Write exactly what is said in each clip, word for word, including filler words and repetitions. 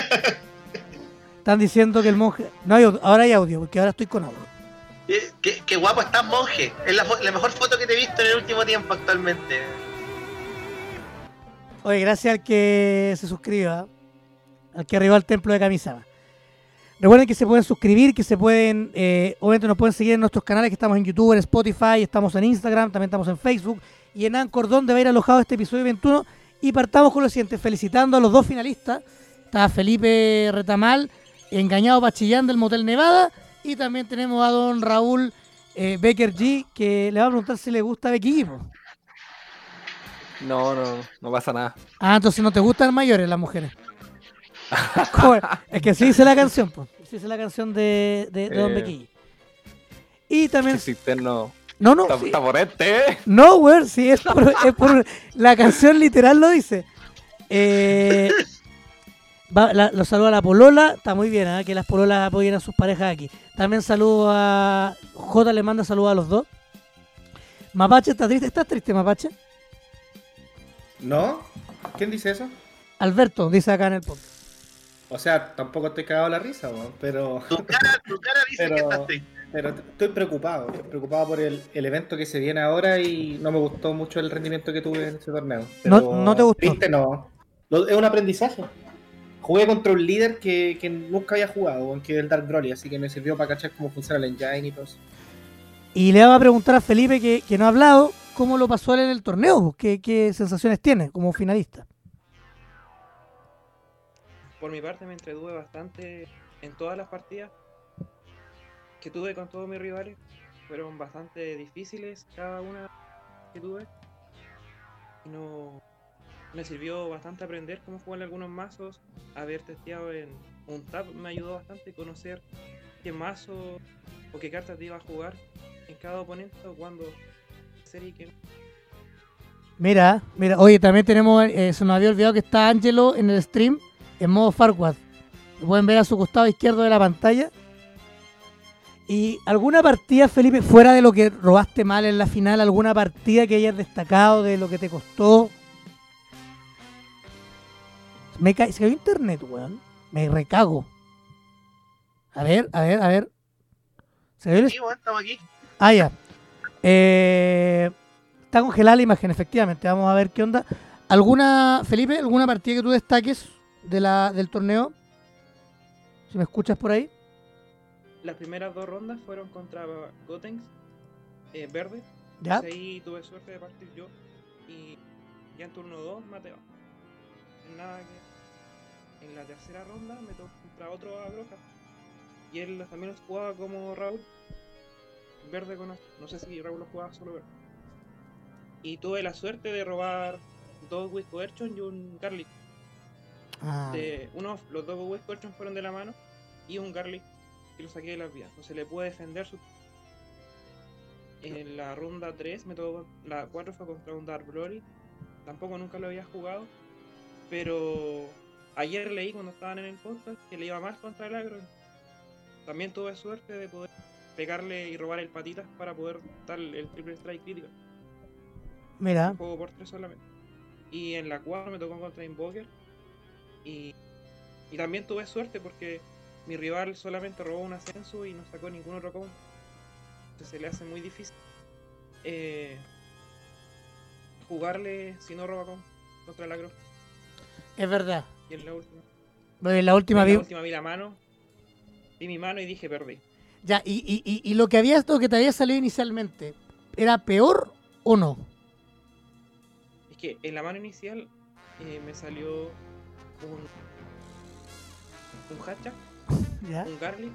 Están diciendo que el monje... No hay audio, ahora hay audio, porque ahora estoy con audio. Eh, Qué, qué guapo estás, monje. Es la, fo- la mejor foto que te he visto en el último tiempo actualmente. Oye, gracias al que se suscriba, al que arribó al templo de Kamisama. Recuerden que se pueden suscribir, que se pueden, eh, obviamente nos pueden seguir en nuestros canales, que estamos en YouTube, en Spotify, estamos en Instagram, también estamos en Facebook y en Anchor, donde va a ir alojado este episodio veintiuno. Y partamos con lo siguiente, felicitando a los dos finalistas. Está Felipe Retamal, engañado Pachillán del Motel Nevada, y también tenemos a don Raúl eh, Becker G, que le va a preguntar si le gusta Becky G. No, no, no pasa nada. Ah, entonces no te gustan mayores las mujeres. Es que sí dice la canción, pues. Sí dice la canción de, de, de Don Eh, Becky G. Y también... Ese interno No, no, está, sí. está potente, ¿eh? No, güey, sí, es por, es por... La canción literal lo dice. Eh... Va, la, los saluda a la polola, está muy bien, ¿eh? Que las pololas apoyen a sus parejas aquí. También saludo a... J le manda saludos a los dos. Mapache está triste, ¿estás triste, Mapache? ¿No? ¿Quién dice eso? Alberto, dice acá en el podcast. O sea, tampoco estoy cagado la risa, weón, pero, Tu cara, tu cara dice Pero- que estás triste. pero estoy preocupado. Estoy preocupado por el, el evento que se viene ahora y no me gustó mucho el rendimiento que tuve en ese torneo. No- Pero no te gustó. Triste no. Lo- Es un aprendizaje. Jugué contra un líder que, que nunca había jugado, weón, que es el Dark Broly, así que me sirvió para cachar cómo funciona el engine y todo eso. Y le vamos a preguntar a Felipe, que, que no ha hablado, cómo lo pasó él en el torneo, qué, qué sensaciones tiene como finalista. Por mi parte me entretuve bastante en todas las partidas que tuve con todos mis rivales. Fueron bastante difíciles cada una que tuve. Y no me sirvió bastante aprender cómo jugar algunos mazos. Haber testeado en un tab me ayudó bastante conocer qué mazo o qué cartas te iba a jugar en cada oponente o cuando serie que no. Mira, mira, oye, también tenemos, eh, se nos había olvidado que está Angelo en el stream en modo Farquaad. Lo pueden ver a su costado izquierdo de la pantalla. ¿Y alguna partida, Felipe, fuera de lo que robaste mal en la final, alguna partida que hayas destacado de lo que te costó? Me cae, se cayó internet, weón. Me recago. A ver, a ver, a ver. ¿Se ve el... Sí, bueno, estamos aquí. Ah, ya. Eh, está congelada la imagen, efectivamente. Vamos a ver qué onda. ¿Alguna, Felipe, alguna partida que tú destaques de la, del torneo? Si me escuchas por ahí. Las primeras dos rondas fueron contra Gotenks eh, verde. ¿Ya? Entonces ahí tuve suerte de partir yo y ya en turno dos Mateo. Nada que en la tercera ronda me tocó contra otro Agroja y él también los jugaba como Raúl verde con no sé si Raúl lo jugaba solo verde. Y tuve la suerte de robar dos Wisco Erchon y un Garlic. Ah, De, uno, los dos Wisco Erchon fueron de la mano y un Garlic y lo saqué de las vías. Entonces le pude defender su... En la ronda tres me tocó, la cuatro fue contra un Dark Broly. Tampoco nunca lo había jugado, pero ayer leí cuando estaban en el podcast que le iba mal contra el agro. También tuve suerte de poder pegarle y robar el patitas para poder dar el triple strike crítico. mira. Juego por tres solamente. Y en la cuatro me tocó contra Invoker. Y, y también tuve suerte porque mi rival solamente robó un ascenso y no sacó ningún otro combo. Entonces se le hace muy difícil eh, jugarle si no roba combo contra el agro. Es verdad. Y en la última, En la última en vi... la última vi la mano, vi mi mano y dije perdí. Ya, y, y, y, y lo que había, lo que te había salido inicialmente, ¿era peor o no? Es que en la mano inicial eh, me salió un un Hatchak, ¿Ya? un Garlic,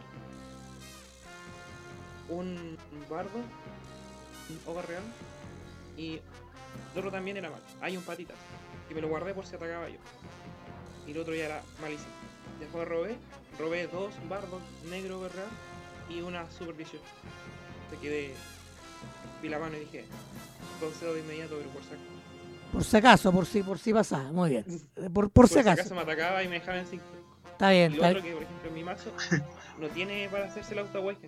un Bardo, un Ogarreal y el otro también era malo. Hay un Patitas que me lo guardé por si atacaba yo. Y el otro ya era malísimo. Después robé, robé dos Bardos negro Ogarreal y una Supervision. Se quedé, vi la mano y dije, concedo de inmediato, pero por si acaso. Por si acaso, por si, por si pasaba. Muy bien. Por, por si acaso. me atacaba y me dejaba en cinco. Está bien. Y lo Está otro bien. que, por ejemplo, en mi mazo no tiene para hacerse el auto awaken.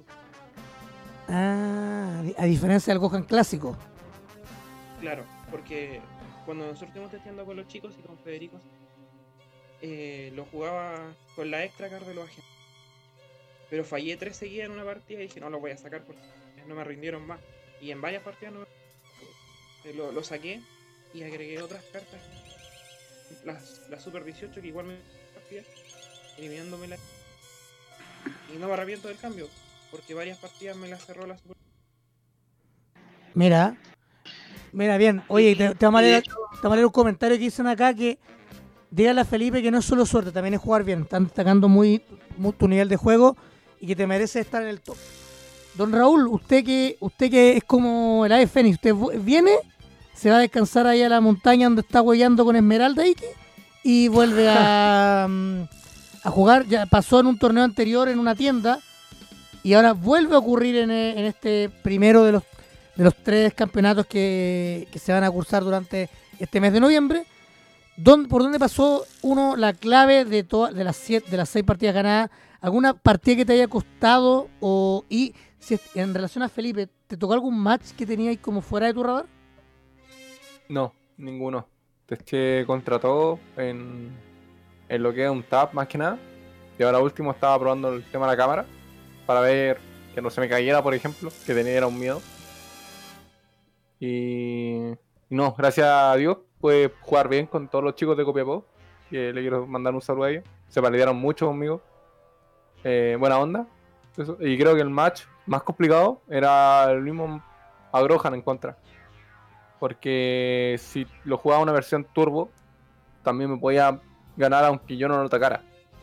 Ah, a diferencia del Gohan clásico. Claro, porque cuando nosotros estuvimos testeando con los chicos y con Federico, eh, lo jugaba con la extra card de los agentes. Pero fallé tres seguidas en una partida y dije, no, lo voy a sacar porque no me rindieron más. Y en varias partidas no me... lo, lo saqué y agregué otras cartas. La, la Super dieciocho, que igual me partida, eliminándome la... Y no me arrepiento del cambio, porque varias partidas me las cerró la Super. Mira, mira bien. Oye, te, te vamos a leer, te vamos a leer un comentario que dicen acá que dígale a Felipe que no es solo suerte, también es jugar bien. Están destacando muy, muy tu nivel de juego y que te merece estar en el top. Don Raúl, usted que usted que es como el ave fénix, usted viene, se va a descansar ahí a la montaña donde está huellando con Esmeralda Iki y vuelve a, a jugar. Ya pasó en un torneo anterior en una tienda y ahora vuelve a ocurrir en, en este primero de los de los tres campeonatos que, que se van a cursar durante este mes de noviembre. ¿Dónde, ¿Por dónde pasó uno la clave de todas de las siete, de las seis partidas ganadas? ¿Alguna partida que te haya costado? O y si en relación a Felipe, ¿te tocó algún match que teníais como fuera de tu radar? No, ninguno. Testé contra todo en, en lo que es un tap más que nada. Y ahora último estaba probando el tema de la cámara para ver que no se me cayera, por ejemplo, que tenía era un miedo. Y no, gracias a Dios pude jugar bien con todos los chicos de Copiapó, que le quiero mandar un saludo a ellos. Se validaron mucho conmigo, eh, buena onda. Eso. Y creo que el match más complicado era el mismo Agrohan en contra, porque si lo jugaba una versión turbo también me podía ganar aunque yo no lo atacara.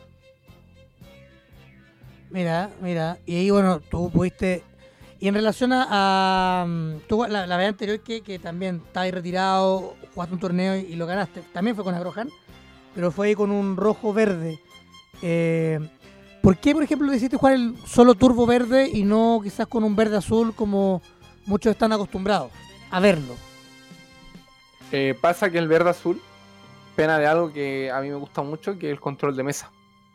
Mira, mira, y ahí bueno, tú pudiste. Y en relación a, a tú, la, la vez anterior que, que también estabas retirado, jugaste un torneo y, y lo ganaste, también fue con Agrohan, pero fue ahí con un rojo verde. Eh, ¿Por qué, por ejemplo, decidiste jugar el solo turbo verde y no quizás con un verde azul como muchos están acostumbrados a verlo? Eh, pasa que el verde azul pena de algo que a mí me gusta mucho, que es el control de mesa.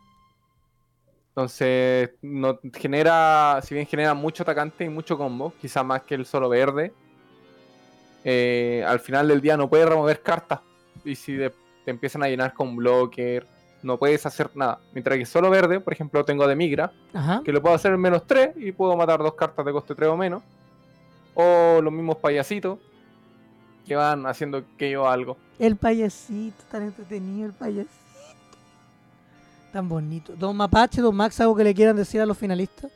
Entonces, no genera, si bien genera mucho atacante y mucho combo, quizás más que el solo verde, eh, al final del día no puedes remover cartas. Y si de, te empiezan a llenar con blocker, no puedes hacer nada. Mientras que solo verde, por ejemplo, tengo de migra, Ajá. que lo puedo hacer en menos tres y puedo matar dos cartas de coste tres o menos. O los mismos payasitos que van haciendo que yo algo. El payasito, tan entretenido el payasito. Tan bonito. Don Mapache, Don Max, ¿algo que le quieran decir a los finalistas?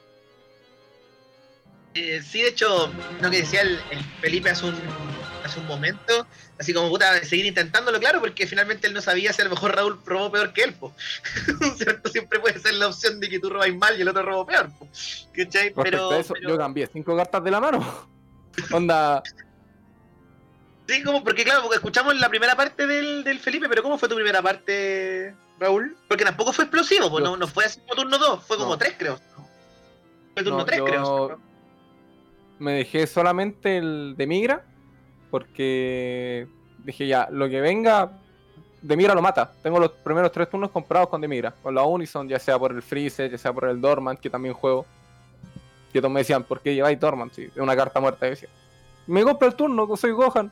Eh, sí, de hecho, lo que decía el, el Felipe hace un, hace un momento, así como puta, seguir intentándolo, claro, porque finalmente él no sabía si a lo mejor Raúl robó peor que él, po. ¿Cierto? Siempre puede ser la opción de que tú robáis mal y el otro robó peor, po. ¿Cachai? Respecto Pero, a eso, pero... yo cambié cinco cartas de la mano. Onda. Sí, como, porque claro, porque escuchamos la primera parte del, del Felipe, pero ¿cómo fue tu primera parte, Raúl? Porque tampoco fue explosivo, pues, Yo... no, no fue así como turno dos, fue como no. tres, creo. Fue turno no, tres, yo... creo. ¿no? Me dejé solamente el de migra, porque dije ya, lo que venga de migra lo mata. Tengo los primeros tres turnos comprados con de migra, con la Unison, ya sea por el Freeze, ya sea por el Dormant, que también juego. Que todos me decían, ¿por qué lleváis Dormant? Sí, es una carta muerta. Y decía, me compro el turno, que soy Gohan.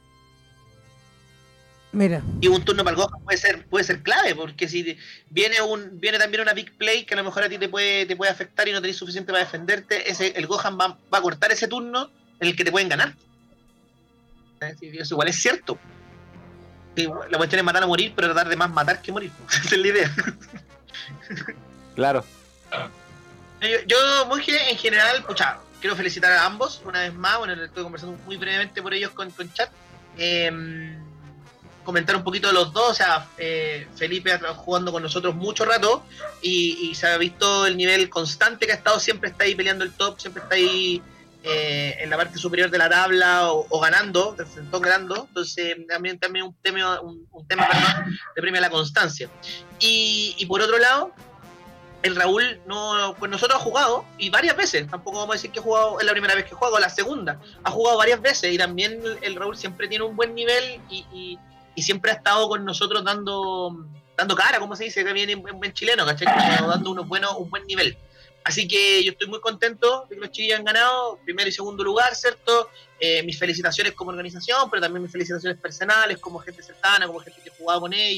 Mira. Y un turno para el Gohan puede ser, puede ser clave, porque si viene un viene también una big play que a lo mejor a ti te puede, te puede afectar y no tenés suficiente para defenderte, ese, el Gohan va, va a cortar ese turno en el que te pueden ganar. Eso igual es cierto. Sí, la cuestión es matar o morir, pero tratar de más matar que morir. Esa es la idea. Claro. Yo, yo Monje, en general, pucha, quiero felicitar a ambos una vez más. Bueno, estoy conversando muy brevemente por ellos con, con chat. Eh, comentar un poquito de los dos. O sea, eh, Felipe ha estado jugando con nosotros mucho rato y, y se ha visto el nivel constante que ha estado. Siempre está ahí peleando el top, siempre está ahí eh, en la parte superior de la tabla o, o ganando, ganando. Entonces, también, también un tema, un, un tema perdón, de premio a la constancia. Y, y por otro lado, el Raúl no, pues nosotros ha jugado y varias veces, tampoco vamos a decir que ha jugado, es la primera vez que juega, o la segunda, ha jugado varias veces y también el, el Raúl siempre tiene un buen nivel y, y, y siempre ha estado con nosotros dando dando cara, como se dice, que viene un buen chileno, ¿cachai? Como dando unos buenos, un buen nivel. Así que yo estoy muy contento de que los chiquillos han ganado primero y segundo lugar, ¿cierto? Eh, mis felicitaciones como organización, pero también mis felicitaciones personales, como gente cercana, como gente que he jugado con ellos,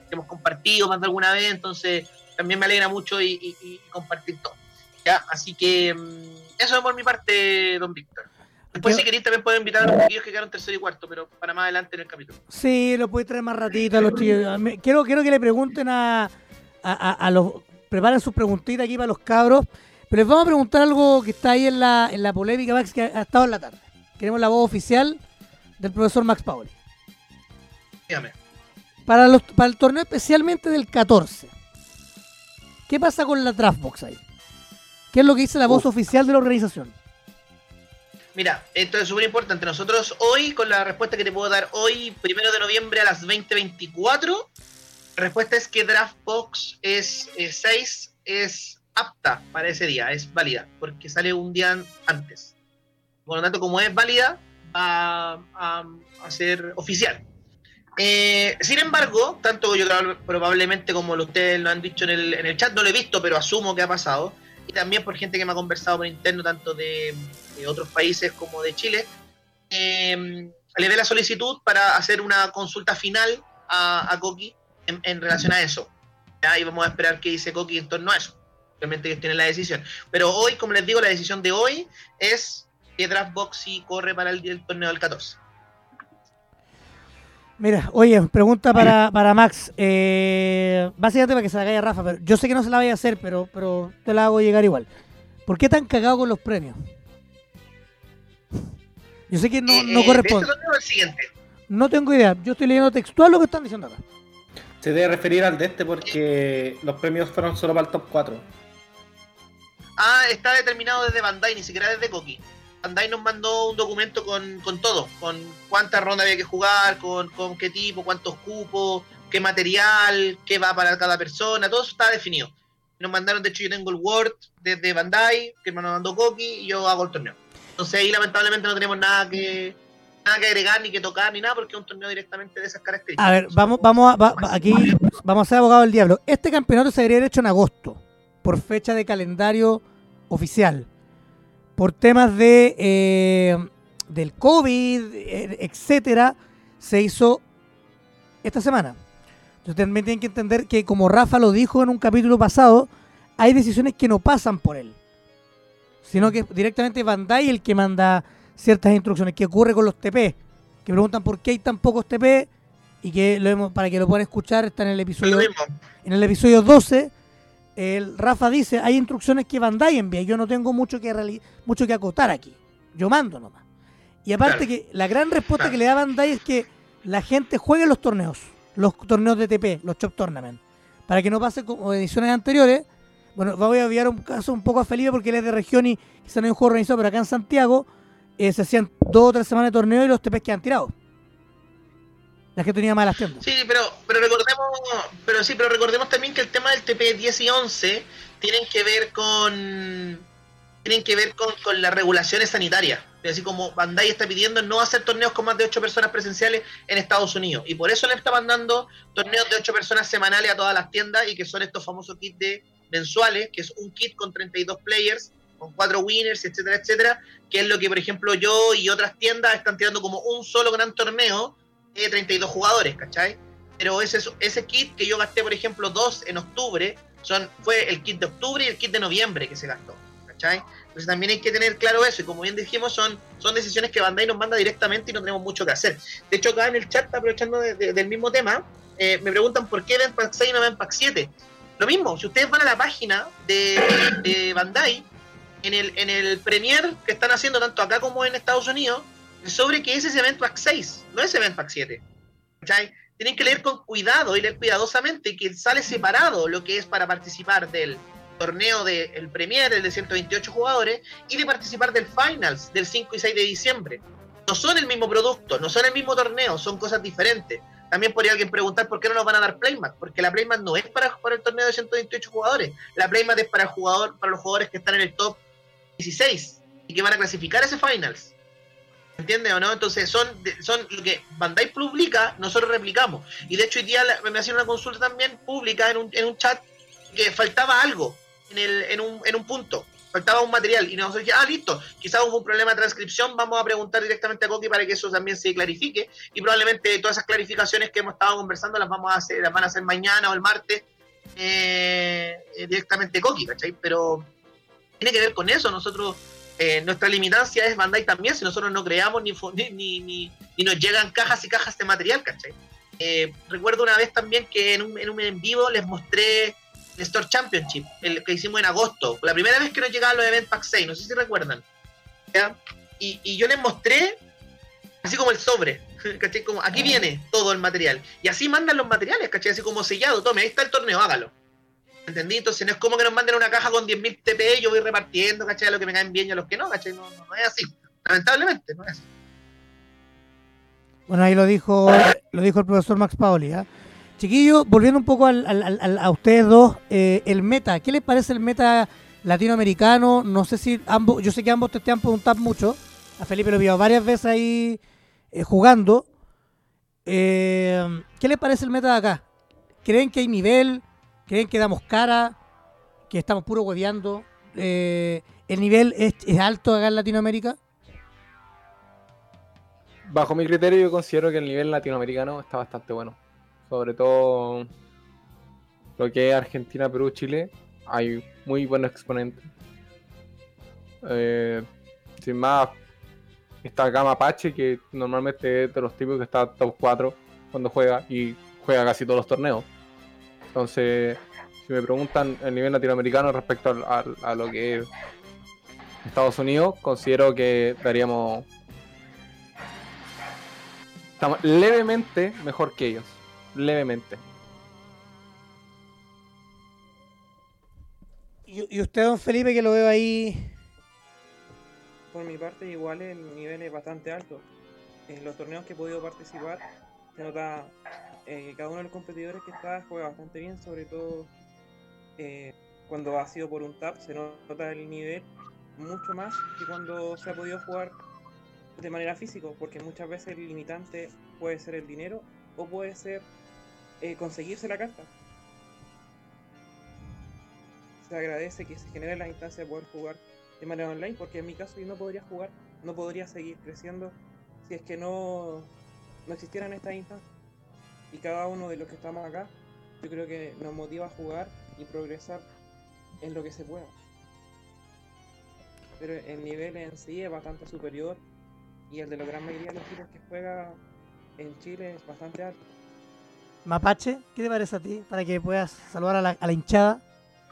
que hemos compartido más de alguna vez, entonces también me alegra mucho y, y, y compartir todo. ¿Ya? Así que eso es por mi parte, don Víctor. Después, si queréis, también puedo invitar a los chiquillos que quedaron tercero y cuarto, pero para más adelante en el capítulo. Sí, lo podéis traer más ratito a los chiquillos. Me- Quiero, quiero que le pregunten a, a, a- a los... Preparen sus preguntitas aquí para los cabros. Pero les vamos a preguntar algo que está ahí en la, en la polémica, Max, que ha, ha estado en la tarde. Queremos la voz oficial del profesor Max Paoli. Dígame. Para, los, para el torneo especialmente del catorce. ¿Qué pasa con la Draftbox ahí? ¿Qué es lo que dice la voz Uf. oficial de la organización? Mira, esto es súper importante. Nosotros hoy, con la respuesta que te puedo dar hoy, primero de noviembre a las veinte veinticuatro, la respuesta es que Draftbox es seis es apta para ese día, es válida, porque sale un día antes. Por lo tanto, como es válida, va a, a ser oficial. Eh, sin embargo, tanto yo creo probablemente como ustedes lo han dicho en el, en el chat, no lo he visto, pero asumo que ha pasado, y también por gente que me ha conversado por interno, tanto de, de otros países como de Chile, eh, le dé la solicitud para hacer una consulta final a, a Coqui en, en relación a eso. ¿Ya? Y vamos a esperar qué dice Coqui en torno a eso. Realmente ellos tienen la decisión. Pero hoy, como les digo, la decisión de hoy es que Draftbox sí corre para el, el torneo del catorce. Mira, oye, pregunta para, para Max. Eh, básicamente para que se la caiga Rafa, pero yo sé que no se la vaya a hacer, pero, pero te la hago llegar igual. ¿Por qué tan cagado con los premios? Yo sé que no, Eh, no eh, corresponde. ¿De este torneo o el siguiente? No tengo idea. Yo estoy leyendo textual lo que están diciendo acá. Se debe referir al de este porque los premios fueron solo para el top cuatro. Ah, está determinado desde Bandai, ni siquiera desde Coqui. Bandai nos mandó un documento con, con todo, con cuántas rondas había que jugar, con, con qué tipo, cuántos cupos, qué material, qué va para cada persona, todo eso está definido. Nos mandaron, de hecho yo tengo el Word desde Bandai, que me lo mandó Coqui, y yo hago el torneo. Entonces ahí lamentablemente no tenemos nada que nada que agregar, ni que tocar, ni nada, porque es un torneo directamente de esas características. A ver, vamos, vamos a, va- va- aquí vamos a ser abogado del diablo. Este campeonato se debería haber hecho en agosto, por fecha de calendario oficial. Por temas de eh, del COVID, eh, etcétera, se hizo esta semana. Entonces también tienen que entender que, como Rafa lo dijo en un capítulo pasado, hay decisiones que no pasan por él, sino que directamente Bandai el que manda ciertas instrucciones. ¿Qué ocurre con los T P? Que preguntan por qué hay tan pocos T P, y que lo hemos, para que lo puedan escuchar, está en el Es episodio lo mismo. en el episodio doce. El Rafa dice, hay instrucciones que Bandai envía, yo no tengo mucho que reali- mucho que acotar aquí, yo mando nomás. Y aparte Claro. que la gran respuesta Claro. que le da Bandai es que la gente juegue los torneos, los torneos de T P, los Chop Tournament, para que no pase como ediciones anteriores. Bueno, voy a enviar un caso un poco a Felipe porque él es de región y quizá no hay un juego organizado, pero acá en Santiago eh, se hacían dos o tres semanas de torneo y los T Ps quedan tirados. La gente tenía malas tiendas. Sí, pero, pero recordemos, pero sí, pero recordemos también que el tema del T P diez y once tienen que ver con tienen que ver con, con las regulaciones sanitarias. Es decir, como Bandai está pidiendo no hacer torneos con más de ocho personas presenciales en Estados Unidos. Y por eso le está mandando torneos de ocho personas semanales a todas las tiendas, y que son estos famosos kits de mensuales, que es un kit con treinta y dos players, con cuatro winners, etcétera, etcétera, que es lo que, por ejemplo, yo y otras tiendas están tirando como un solo gran torneo de treinta y dos jugadores, ¿cachai? Pero ese, ese kit que yo gasté, por ejemplo, dos en octubre, son fue el kit de octubre y el kit de noviembre que se gastó, ¿cachai? Entonces también hay que tener claro eso, y como bien dijimos, son, son decisiones que Bandai nos manda directamente y no tenemos mucho que hacer. De hecho, acá en el chat, aprovechando de, de, del mismo tema, eh, me preguntan por qué ven Pack seis y no ven Pack siete. Lo mismo, si ustedes van a la página de, de Bandai, en el, en el Premier que están haciendo tanto acá como en Estados Unidos, sobre que ese es Event Pack seis, no es Event Pack siete. ¿Cachai? Tienen que leer con cuidado y leer cuidadosamente que sale separado lo que es para participar del torneo del Premier, el de ciento veintiocho jugadores, y de participar del Finals del cinco y seis de diciembre. No son el mismo producto, no son el mismo torneo, son cosas diferentes. También podría alguien preguntar por qué no nos van a dar Playmat, porque la Playmat no es para, para el torneo de ciento veintiocho jugadores. La Playmat es para, el jugador, para los jugadores que están en el top dieciséis y que van a clasificar a ese Finals. ¿Entiendes o no? Entonces son, son lo que Bandai publica, nosotros replicamos. Y de hecho hoy día me hacían una consulta también pública en un, en un chat que faltaba algo en, el, en, un, en un punto. faltaba un material y nosotros dijimos, ah, listo, quizás hubo un problema de transcripción, vamos a preguntar directamente a Coqui para que eso también se clarifique y probablemente todas esas clarificaciones que hemos estado conversando las vamos a hacer, las van a hacer mañana o el martes eh, directamente Coqui, ¿cachai? Pero tiene que ver con eso, nosotros, eh, nuestra limitancia es Bandai también, si nosotros no creamos ni, ni, ni, ni nos llegan cajas y cajas de material, ¿cachai? Eh, recuerdo una vez también que en un, en un en vivo les mostré el Store Championship, el que hicimos en agosto, la primera vez que nos llegaban los Event Pack seis, no sé si recuerdan, ¿ya? Y, y yo les mostré así como el sobre, ¿cachai? Como aquí viene todo el material, y así mandan los materiales, ¿cachai? Así como sellado, tome, ahí está el torneo, hágalo, ¿entendí? Entonces no es como que nos manden una caja con diez mil T P y yo voy repartiendo, ¿cachai? A los que me caen bien y a los que no, ¿cachai? No, no, no es así, lamentablemente, no es así. Bueno, ahí lo dijo lo dijo el profesor Max Paoli, ¿eh? Chiquillos, volviendo un poco al, al, al, a ustedes dos, eh, el meta, ¿qué les parece el meta latinoamericano? No sé si ambos, yo sé que ambos te, te han preguntado mucho, a Felipe lo he visto varias veces ahí eh, jugando. Eh, ¿Qué les parece el meta de acá? ¿Creen que hay nivel? ¿Creen que damos cara? ¿Que estamos puro hueveando? Eh, ¿El nivel es, es alto acá en Latinoamérica? Bajo mi criterio, yo considero que el nivel latinoamericano está bastante bueno. Sobre todo lo que es Argentina, Perú, Chile, hay muy buenos exponentes. Eh, sin más, está acá Mapache, que normalmente es de los tipos que está top cuatro cuando juega y juega casi todos los torneos. Entonces, si me preguntan el nivel latinoamericano respecto a, a, a lo que es Estados Unidos, considero que daríamos... Estamos levemente mejor que ellos. Levemente. ¿Y, y usted, don Felipe, que lo veo ahí? Por mi parte, igual el nivel es bastante alto. En los torneos que he podido participar, se nota eh, que cada uno de los competidores que está juega bastante bien, sobre todo eh, cuando ha sido por un tap, se nota el nivel mucho más que cuando se ha podido jugar de manera física, porque muchas veces el limitante puede ser el dinero o puede ser eh, conseguirse la carta. Se agradece que se genere la instancia de poder jugar de manera online, porque en mi caso yo no podría jugar, no podría seguir creciendo si es que no, no existieran estas instancias. Y cada uno de los que estamos acá, yo creo que nos motiva a jugar y progresar en lo que se pueda. Pero el nivel en sí es bastante superior y el de la gran mayoría de los equipos que juega en Chile es bastante alto. Mapache, ¿qué te parece a ti? Para que puedas saludar a la, a la hinchada.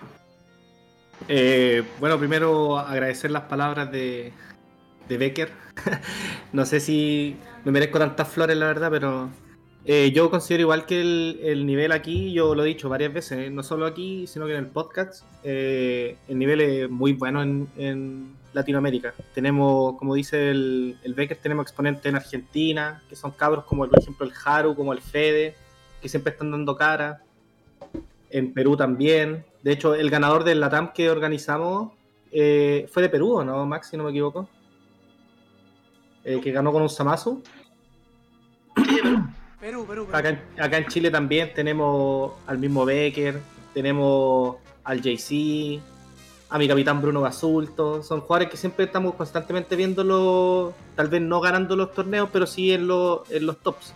Eh, bueno, primero agradecer las palabras de, de Becker. No sé si me merezco tantas flores, la verdad, pero eh, yo considero igual que el, el nivel aquí, yo lo he dicho varias veces, eh, no solo aquí, sino que en el podcast, eh, el nivel es muy bueno en, en Latinoamérica. Tenemos, como dice el, el Becker, tenemos exponentes en Argentina, que son cabros como, por ejemplo, el Haru, como el Fede, que siempre están dando cara. En Perú también. De hecho, el ganador del LATAM que organizamos eh, fue de Perú, ¿no, Max? Si no me equivoco. Eh, que ganó con un Zamasu. Perú, Perú, Perú. Acá, acá en Chile también tenemos al mismo Becker, tenemos al J C, a mi capitán Bruno Basulto. Son jugadores que siempre estamos constantemente viéndolo, tal vez no ganando los torneos, pero sí en, lo, en los tops.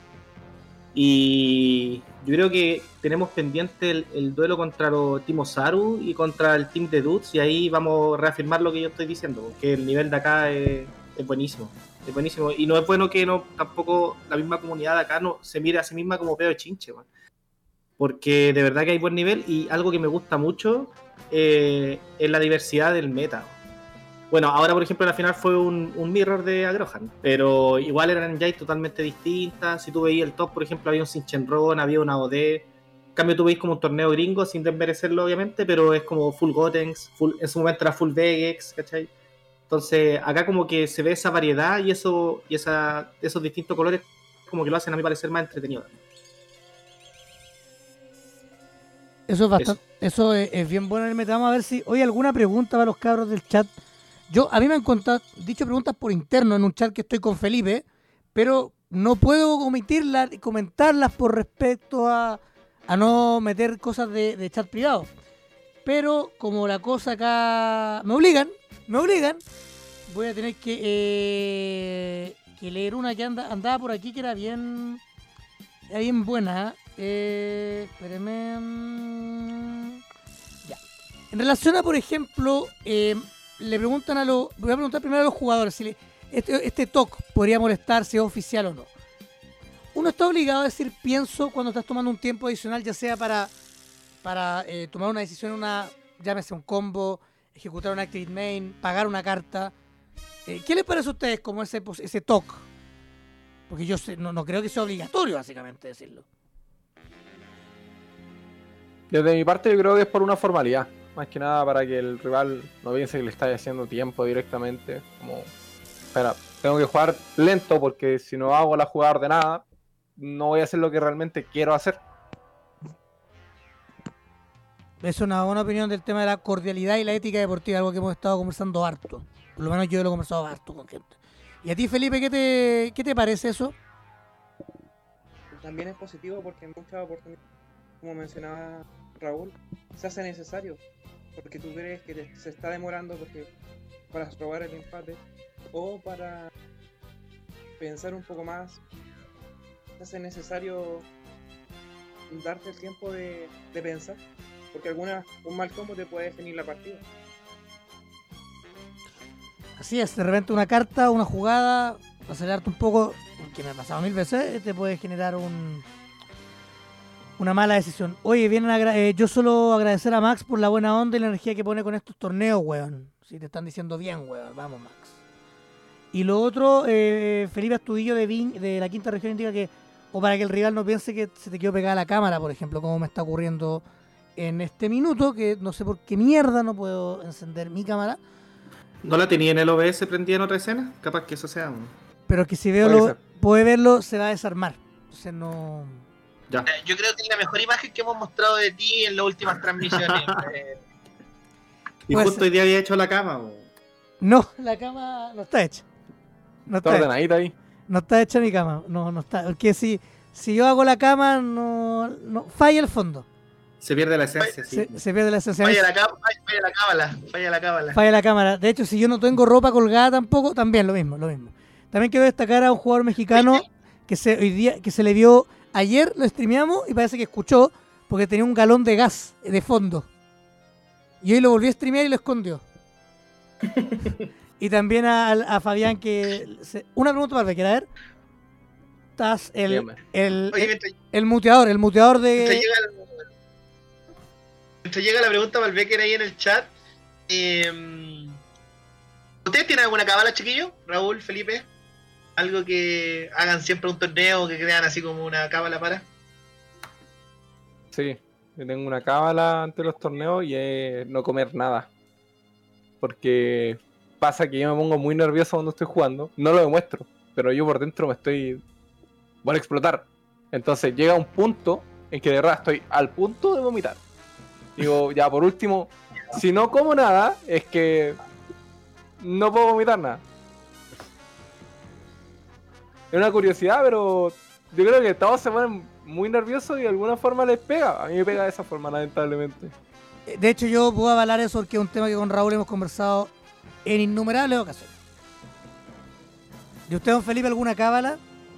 Y yo creo que tenemos pendiente el, el duelo contra los Team Osaru y contra el Team de Dudes, y ahí vamos a reafirmar lo que yo estoy diciendo, que el nivel de acá es, es buenísimo, es buenísimo, y no es bueno que no tampoco la misma comunidad de acá no se mire a sí misma como pedo de chinche, man. Porque de verdad que hay buen nivel, y algo que me gusta mucho eh, es la diversidad del meta. Bueno, ahora por ejemplo la final fue un, un mirror de Agrohan, pero igual eran ya totalmente distintas. Si tú veías el top, por ejemplo, había un Sinchenron, había una O D. En cambio tú veis como un torneo gringo, sin desmerecerlo obviamente, pero es como full Gotenks, full, en su momento era full Vegex, ¿cachai? Entonces acá como que se ve esa variedad y eso y esa, esos distintos colores como que lo hacen a mi parecer más entretenido. Eso es bastante, eso, eso es, es bien bueno en el meta. Vamos a ver si hoy alguna pregunta para los cabros del chat. Yo, a mí me han contado, dicho preguntas por interno en un chat que estoy con Felipe, pero no puedo omitirlas y comentarlas por respecto a, a no meter cosas de, de chat privado. pero como la cosa acá me obligan, me obligan, voy a tener que, eh, que leer una que anda, andaba por aquí que era bien, era bien buena. Eh, espérenme. mm, Ya. En relación a, por ejemplo, eh, le preguntan a los, voy a preguntar primero a los jugadores si le- este, este T O C podría molestar si es oficial o no. Uno está obligado a decir pienso cuando estás tomando un tiempo adicional, ya sea para, para eh, tomar una decisión, una, llámese un combo, ejecutar un activate main, pagar una carta. Eh, ¿Qué les parece a ustedes como ese, pos- ese T O C? Porque yo sé- no, no creo que sea obligatorio, básicamente, decirlo. Desde mi parte yo creo que es por una formalidad, más que nada para que el rival no piense que le está haciendo tiempo directamente, como, espera, tengo que jugar lento porque si no hago la jugada ordenada, no voy a hacer lo que realmente quiero hacer. Es una buena opinión del tema de la cordialidad y la ética deportiva, algo que hemos estado conversando harto. Por lo menos yo lo he conversado harto con gente. ¿Y a ti, Felipe, qué te, qué te parece eso? También es positivo porque en muchas oportunidades, como mencionaba Raúl, se hace necesario. Porque tú crees que te- se está demorando porque para robar el empate o para pensar un poco más, se hace necesario darte el tiempo de, de pensar. Porque alguna, un mal combo te puede definir la partida. Así es, de repente una carta, una jugada, acelerarte un poco, que me ha pasado mil veces, te puede generar un una mala decisión. Oye, vienen a agra- eh, yo solo agradecer a Max por la buena onda y la energía que pone con estos torneos, weón. Si te están diciendo bien, weón. Vamos, Max. Y lo otro, eh, Felipe Astudillo de, Vin- de la quinta región indica que, o para que el rival no piense que se te quedó pegada la cámara, por ejemplo, como me está ocurriendo en este minuto, que no sé por qué mierda no puedo encender mi cámara. ¿No la tenía en el O B S prendida en otra escena? Capaz que eso sea un... Pero que si veo Puede lo, ser. puede verlo, se va a desarmar. Entonces no. Ya. Eh, Yo creo que es la mejor imagen que hemos mostrado de ti en las últimas transmisiones. Eh, Y Puede justo ser. hoy día había hecho la cama. bo. No, la cama no está hecha. No Está está hecha. ordenadita ahí. No está hecha mi cama. No, no está. Porque si, si yo hago la cama, no, no falla el fondo. Se pierde la esencia, sí. Se, se pierde la esencia. falla, la cá- falla, falla la cábala, falla la cábala. Falla la cámara. De hecho, si yo no tengo ropa colgada tampoco, también lo mismo, lo mismo. También quiero destacar a un jugador mexicano que se hoy día que se le vio ayer, lo streameamos y parece que escuchó porque tenía un galón de gas de fondo. Y hoy lo volvió a streamear y lo escondió. Y también a, a Fabián que se- una pregunta para ver, a ver. Estás el, Dígame. el, Oye, el, mientras, el muteador, el muteador mientras de. llega el- mientras llega la pregunta para el Becker ahí en el chat. eh, ¿Ustedes tienen alguna cábala, chiquillos? Raúl, Felipe. Algo que hagan siempre un torneo, que crean así como una cábala para. Sí, yo tengo una cábala ante los torneos y es no comer nada. Porque pasa que yo me pongo muy nervioso cuando estoy jugando. No lo demuestro, pero yo por dentro me estoy... voy a explotar. Entonces llega un punto en que de verdad estoy al punto de vomitar. Digo, ya por último, si no como nada, es que no puedo vomitar nada. Es una curiosidad, pero yo creo que todos se ponen muy nerviosos y de alguna forma les pega. A mí me pega de esa forma, lamentablemente. De hecho, yo puedo avalar eso porque es un tema que con Raúl hemos conversado en innumerables ocasiones. ¿De usted, don Felipe, alguna cábala?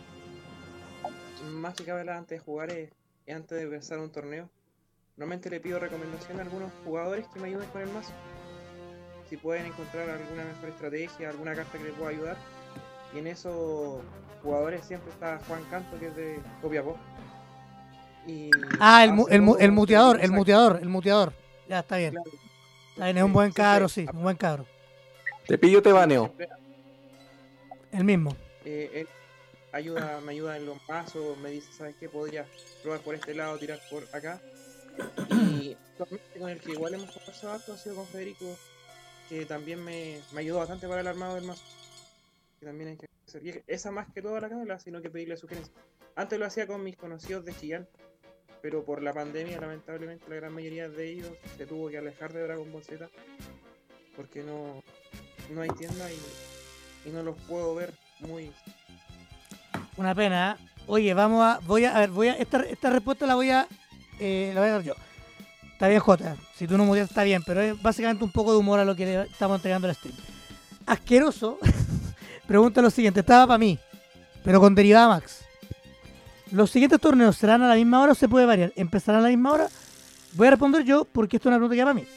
Más que cábala antes de jugar es, es antes de empezar un torneo. Normalmente le pido recomendación a algunos jugadores que me ayuden con el mazo. Si pueden encontrar alguna mejor estrategia, alguna carta que les pueda ayudar. Y en esos jugadores siempre está Juan Canto, que es de Copiapó. Y Ah, el, mu- hace el, mu- poco el muteador, conseguimos el a- muteador, el muteador. Ya, está bien. Claro. Está bien, es un buen Siempre- cabro, sí, un buen cabro. Te pillo, te baneo. siempre, El mismo. eh, él ayuda, me ayuda en los mazos, me dice, ¿sabes qué? Podría probar por este lado, tirar por acá. Y actualmente con el que igual hemos conversado harto ha sido con Federico, que también me, me ayudó bastante para el armado del mazo. Que también hay que hacer. Y esa más que toda la cábala, sino que pedirle sugerencias. Antes lo hacía con mis conocidos de Chillán, pero por la pandemia, lamentablemente, la gran mayoría de ellos se tuvo que alejar de Dragon Ball Z porque no, no hay tienda y, y no los puedo ver muy. Una pena. ¿Eh? Oye, vamos a. Voy a. A ver, voy a. Esta, esta respuesta la voy a. Eh, la voy a dar yo. está bien, Jota. Si tú no muteas, está bien, pero es básicamente un poco de humor a lo que le estamos entregando al stream. Asqueroso. Pregunta lo siguiente. Estaba para mí, pero con derivada Max. ¿Los siguientes torneos serán a la misma hora o se puede variar? ¿Empezarán a la misma hora? Voy a responder yo porque esto es una pregunta que va para mí.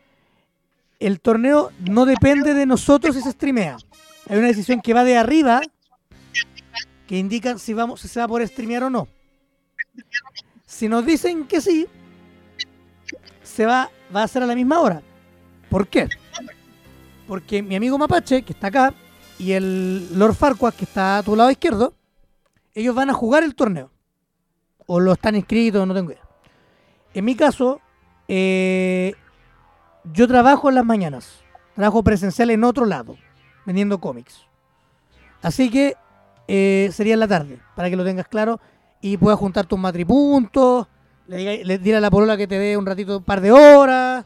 El torneo no depende de nosotros si se streamea. Hay una decisión que va de arriba que indica si, vamos, si se va a poder streamear o no. Si nos dicen que sí, se va, va a ser a la misma hora. ¿Por qué? Porque mi amigo Mapache, que está acá, y el Lord Farquaad, que está a tu lado izquierdo, ellos van a jugar el torneo. O lo están inscritos, no tengo idea. En mi caso, eh, yo trabajo en las mañanas. Trabajo presencial en otro lado, vendiendo cómics. Así que eh, sería en la tarde, para que lo tengas claro. Y puedas juntar tus matripuntos, le, diga, le dile a la polola que te dé un ratito, un par de horas,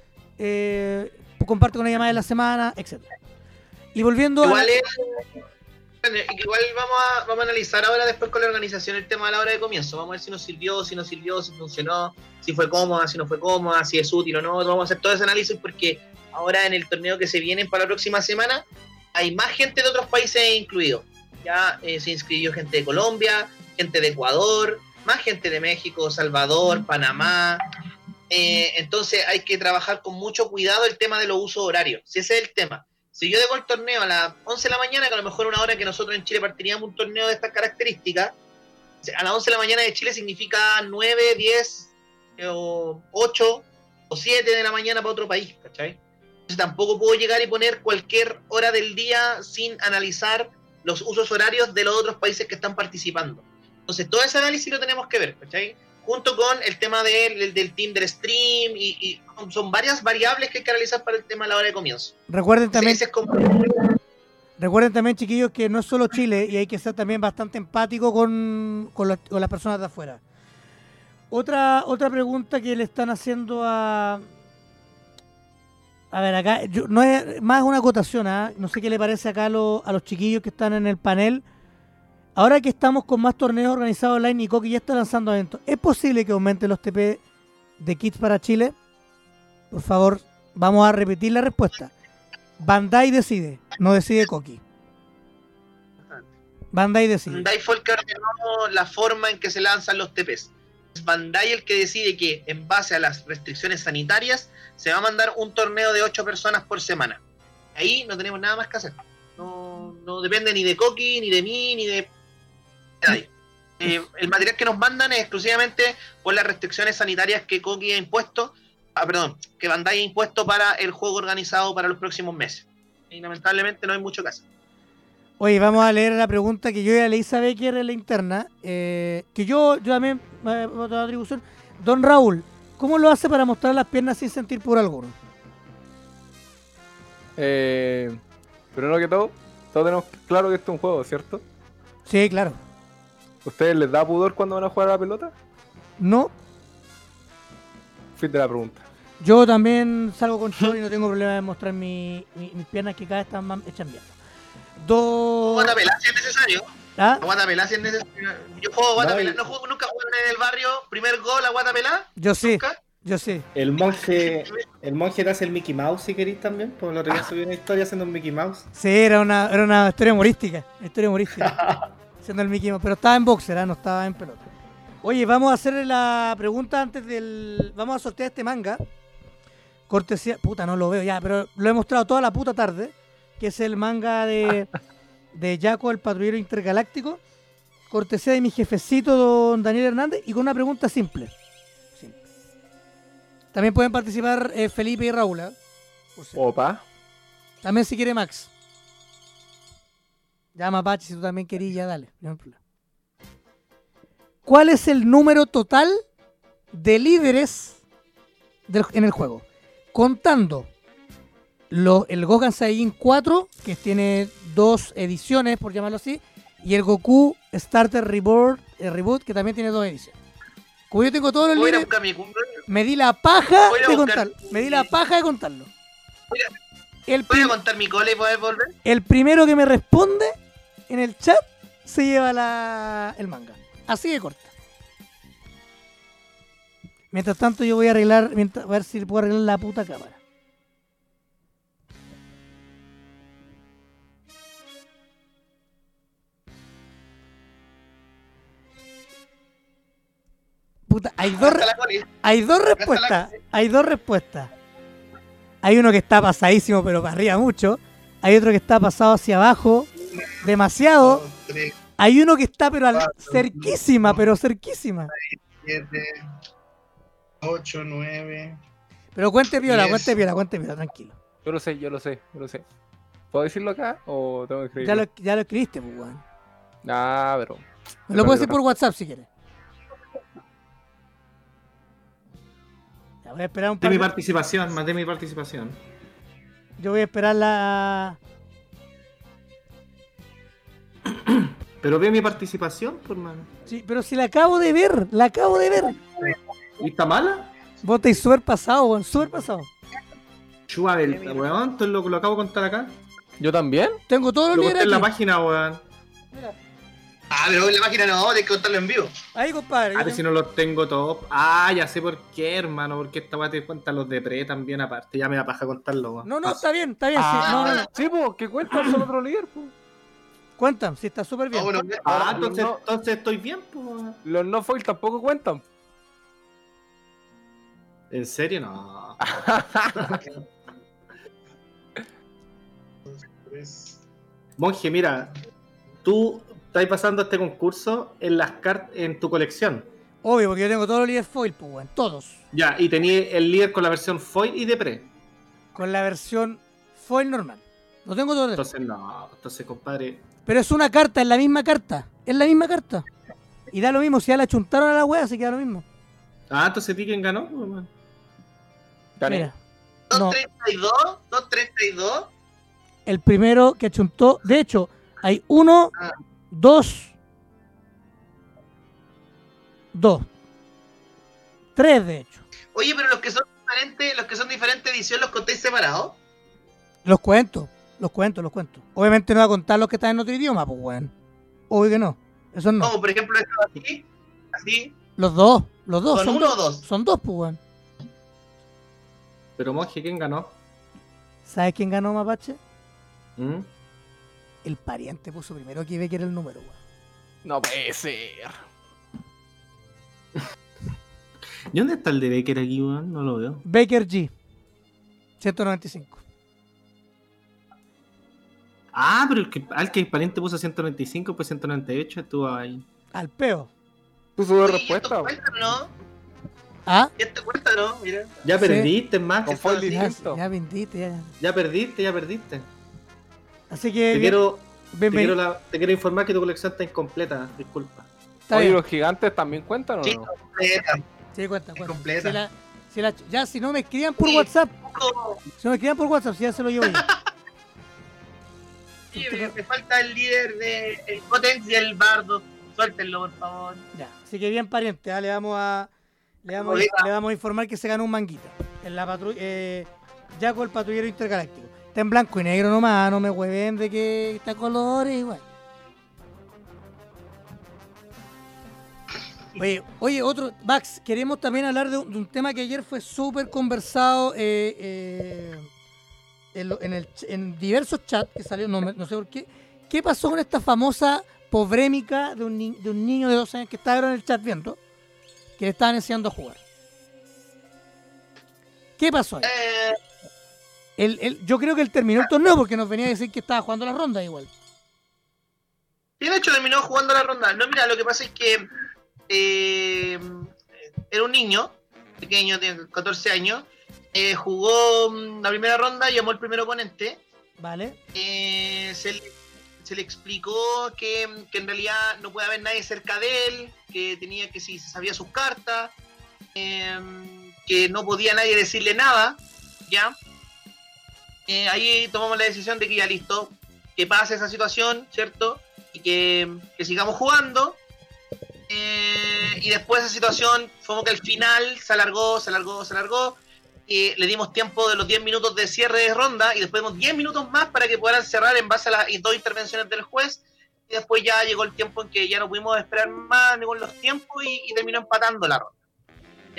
eh, comparte una llamada de la semana, etcétera. Y volviendo igual a... es, bueno, igual vamos a, vamos a analizar ahora después con la organización el tema de la hora de comienzo. Vamos a ver si nos sirvió, si no sirvió, si funcionó, si fue cómoda, si no fue cómoda, si es útil o no. Vamos a hacer todo ese análisis porque ahora en el torneo que se viene para la próxima semana hay más gente de otros países incluidos. Ya eh, se inscribió gente de Colombia, gente de Ecuador, más gente de México, Salvador, Panamá. Eh, entonces hay que trabajar con mucho cuidado el tema de los usos horarios. Si ese es el tema. Si yo dejo el torneo a las once de la mañana, que a lo mejor una hora que nosotros en Chile partiríamos un torneo de estas características, a las once de la mañana de Chile significa nueve, diez, eh, o ocho o siete de la mañana para otro país, ¿cachai? Entonces tampoco puedo llegar y poner cualquier hora del día sin analizar los usos horarios de los otros países que están participando. Entonces todo ese análisis lo tenemos que ver, ¿cachai? Junto con el tema del, del, del team del stream y, y son varias variables que hay que analizar para el tema de la hora de comienzo. Recuerden también, sí, es como... recuerden también, chiquillos, que no es solo Chile y hay que ser también bastante empático con, con, los, con las personas de afuera. Otra, otra pregunta que le están haciendo a... A ver, acá yo, no es más una acotación, ¿eh? No sé qué le parece acá a, lo, a los chiquillos que están en el panel. Ahora que estamos con más torneos organizados online y Coqui ya está lanzando eventos, ¿es posible que aumente los T P de kits para Chile? Por favor, vamos a repetir la respuesta. Bandai decide, no decide Coqui. Bandai decide. Bandai fue el que ordenó la forma en que se lanzan los T Ps. Es Bandai el que decide que en base a las restricciones sanitarias se va a mandar un torneo de ocho personas por semana. Ahí no tenemos nada más que hacer. No, no depende ni de Coqui, ni de mí, ni de nadie. Eh, el material que nos mandan es exclusivamente por las restricciones sanitarias que Coqui ha impuesto, ah, perdón, que Bandai ha impuesto para el juego organizado para los próximos meses. Y lamentablemente no hay mucho que hacer. Oye, vamos a leer la pregunta que yo ya leí a Becker en la interna, eh, que yo, yo también eh, otra atribución. Don Raúl, ¿cómo lo hace para mostrar las piernas sin sentir por alguno? Eh, primero que todo, todos tenemos claro que esto es un juego, ¿cierto? Sí, claro. ¿Ustedes les da pudor cuando van a jugar a la pelota? No. Fin de la pregunta. Yo también salgo con short y no tengo problema en mostrar mi, mi, mis piernas que cada vez están más hechas mierda. Dos... Guatapelá si es necesario. ¿Ah? Guatapelá si es necesario. Yo juego Guatapelá. No, no juego, nunca jugué en el barrio. Primer gol a Guatapelá. Yo sí. ¿Nunca? Yo sí. El monje, el monje te hace el Mickey Mouse si queréis también, porque lo día subí una historia haciendo un Mickey Mouse. Sí, era una, era una historia humorística. Una historia humorística. Siendo el Mickey Mouse. Pero estaba en boxer, ¿eh? No estaba en pelota. Oye, vamos a hacerle la pregunta antes del. Vamos a sortear este manga. Cortesía. Puta, no lo veo ya, pero lo he mostrado toda la puta tarde. Que es el manga de. de Jaco, el patrullero intergaláctico. Cortesía de mi jefecito, don Daniel Hernández. Y con una pregunta simple. simple. También pueden participar eh, Felipe y Raúl. ¿eh? Opa. También si quiere Max. Ya Mapache, si tú también querías, ya dale. No hay problema. ¿Cuál es el número total de líderes del, en el juego? Contando lo, el Gohan Saiyajin cuatro, que tiene dos ediciones, por llamarlo así, y el Goku Starter Reboot, eh, Reboot que también tiene dos ediciones. Como yo tengo todos los Voy a ir a líderes, buscar mi cumpleaños. me di la paja Voy a de buscar- contarlo. Me di la paja de contarlo. Voy a- El, Voy a prim- contar mi cole y poder volver. el primero que me responde en el chat se lleva la, el manga. Así de corta. Mientras tanto yo voy a arreglar, mientras, a ver si puedo arreglar la puta cámara. Puta, hay dos, Hasta re- la coli. hay dos la- respuestas. Hay dos respuestas. Hay uno que está pasadísimo, pero para arriba mucho. Hay otro que está pasado hacia abajo, demasiado. Dos, tres, Hay uno que está, pero al- Cuatro, cerquísima, cinco. pero cerquísima. siete, ocho, nueve. Pero cuente piola, Diez. cuente piola, cuente piola, tranquilo. Yo lo sé, yo lo sé, yo lo sé. ¿Puedo decirlo acá o tengo que escribirlo? Ya lo, ya lo escribiste, pues, weón. Ah, pero... Me lo puedes decir por WhatsApp si quieres. Ya voy a esperar un De par mi de... participación, más de mi participación. Yo voy a esperar la... Pero ve mi participación, por mano. Sí, pero si la acabo de ver, la acabo de ver. ¿Y está mala? Vos estáis súper pasado, weón, súper pasado. Chua, el weón, esto es lo que lo acabo de contar acá. ¿Yo también? Tengo todos los Lo conté líderes en la aquí. página, weón. Ah, pero en la página no, hay que contarlo en vivo. Ahí, compadre. A yo ver si tengo- no los tengo todos. Ah, ya sé por qué, hermano. Porque esta weá te cuenta los de pre también aparte. Ya me da paja contarlo, weón. No, no, Ah, está bien, está bien. sí, Ah, no, no, no. sí, pues, que cuentan son otro líder, pues. Cuentan, sí, está súper bien. Ah, bueno, Ah, Ahora, entonces, no- entonces estoy bien, pues. weón. Los no foil tampoco cuentan. ¿En serio? No. tres. Monje, mira. Tú estás pasando este concurso en las cartas en tu colección. Obvio, porque yo tengo todos los líderes foil, pues, weón. Todos. Ya, y tenía el líder con la versión foil y de pre. Con la versión foil normal. Lo tengo todo. Entonces, no. Entonces, compadre. Pero es una carta, es la misma carta. Es la misma carta. Y da lo mismo, si ya la chuntaron a la wea, se queda lo mismo. Ah, entonces, ¿ti quién ganó? pues, weón? Gané. Mira. No, dos treinta y dos, dos treinta y dos. el primero que achuntó. De hecho, hay uno, Ah. dos, dos, tres, de hecho. Oye, pero los que son diferentes, los que son diferentes edición los contáis separados. Los cuento, los cuento, los cuento. Obviamente no voy a contar los que están en otro idioma, pues, weón. Obvio que no. Esos no. Como por ejemplo esto así, así. Los dos, los dos. ¿Son Son uno dos. o dos? Son dos, pues, weón. Pero, Monje, ¿quién ganó? ¿Sabes quién ganó, Mapache? ¿Mm? El pariente puso primero que ve que era el número, weón. No puede ser. ¿Y dónde está el de Becker aquí, weón? No lo veo. Baker G. ciento noventa y cinco. Ah, pero el que, al que el pariente puso ciento noventa y cinco, pues ciento noventa y ocho estuvo ahí. Al peo. Puso dos Oye, ¿y esto respuestas. cuenta o no? ¿Ah? ¿Y esto cuenta o no? Mira. Ya Sí. perdiste, Max. Con foil Ya, distinto. ya vendiste, ya. Ya perdiste, ya perdiste. Así que Te bien- quiero, te, bienvenido. quiero la- te quiero informar que tu colección está incompleta. Disculpa. Está Oye, bien. ¿los gigantes también cuentan o Sí, no? completa. Sí, cuenta, cuenta. completa. Si la- si la- ya, si no me escriban por Sí. WhatsApp, Ojo, si no me escriban por WhatsApp, si ya se lo llevo yo. sí, me, me falta el líder de el Cotex y el Bardo. Suéltenlo, por favor. Ya, así que bien pariente, ¿ah? le vamos a le vamos, Oiga. le vamos a informar que se ganó un manguita en la patrulla, eh, Jaco el patrullero intergaláctico. Está en blanco y negro nomás, no me hueven de que está colores igual. Oye, oye, otro, Max, queremos también hablar de un, de un tema que ayer fue súper conversado eh, eh, en, lo- en el ch- en diversos chats que salió, no, me- no sé por qué. ¿Qué pasó con esta famosa pobrémica de un, ni- de un niño de doce años que estaba en el chat viendo que le estaban enseñando a jugar? ¿Qué pasó ahí? Eh, Él- él- yo creo que él terminó el torneo porque nos venía a decir que estaba jugando la ronda igual. Sí, de hecho terminó jugando la ronda. No, mira, lo que pasa es que eh, era un niño pequeño, de catorce años. eh, jugó mm, la primera ronda, llamó al primer oponente. ¿Vale? eh, se, le, se le explicó que, que en realidad no puede haber nadie cerca de él, que tenía que si se sabía sus cartas, eh, que no podía nadie decirle nada, ¿ya? Eh, ahí tomamos la decisión de que ya listo, que pase esa situación, ¿cierto? Y que, que sigamos jugando. Eh, y después esa situación fue como que al final se alargó, se alargó, se alargó. Eh, le dimos tiempo de los diez minutos de cierre de ronda y después dimos diez minutos más para que puedan cerrar en base a las dos intervenciones del juez. Y después ya llegó el tiempo en que ya no pudimos esperar más ni con los tiempos y, y terminó empatando la ronda. ¿Ya?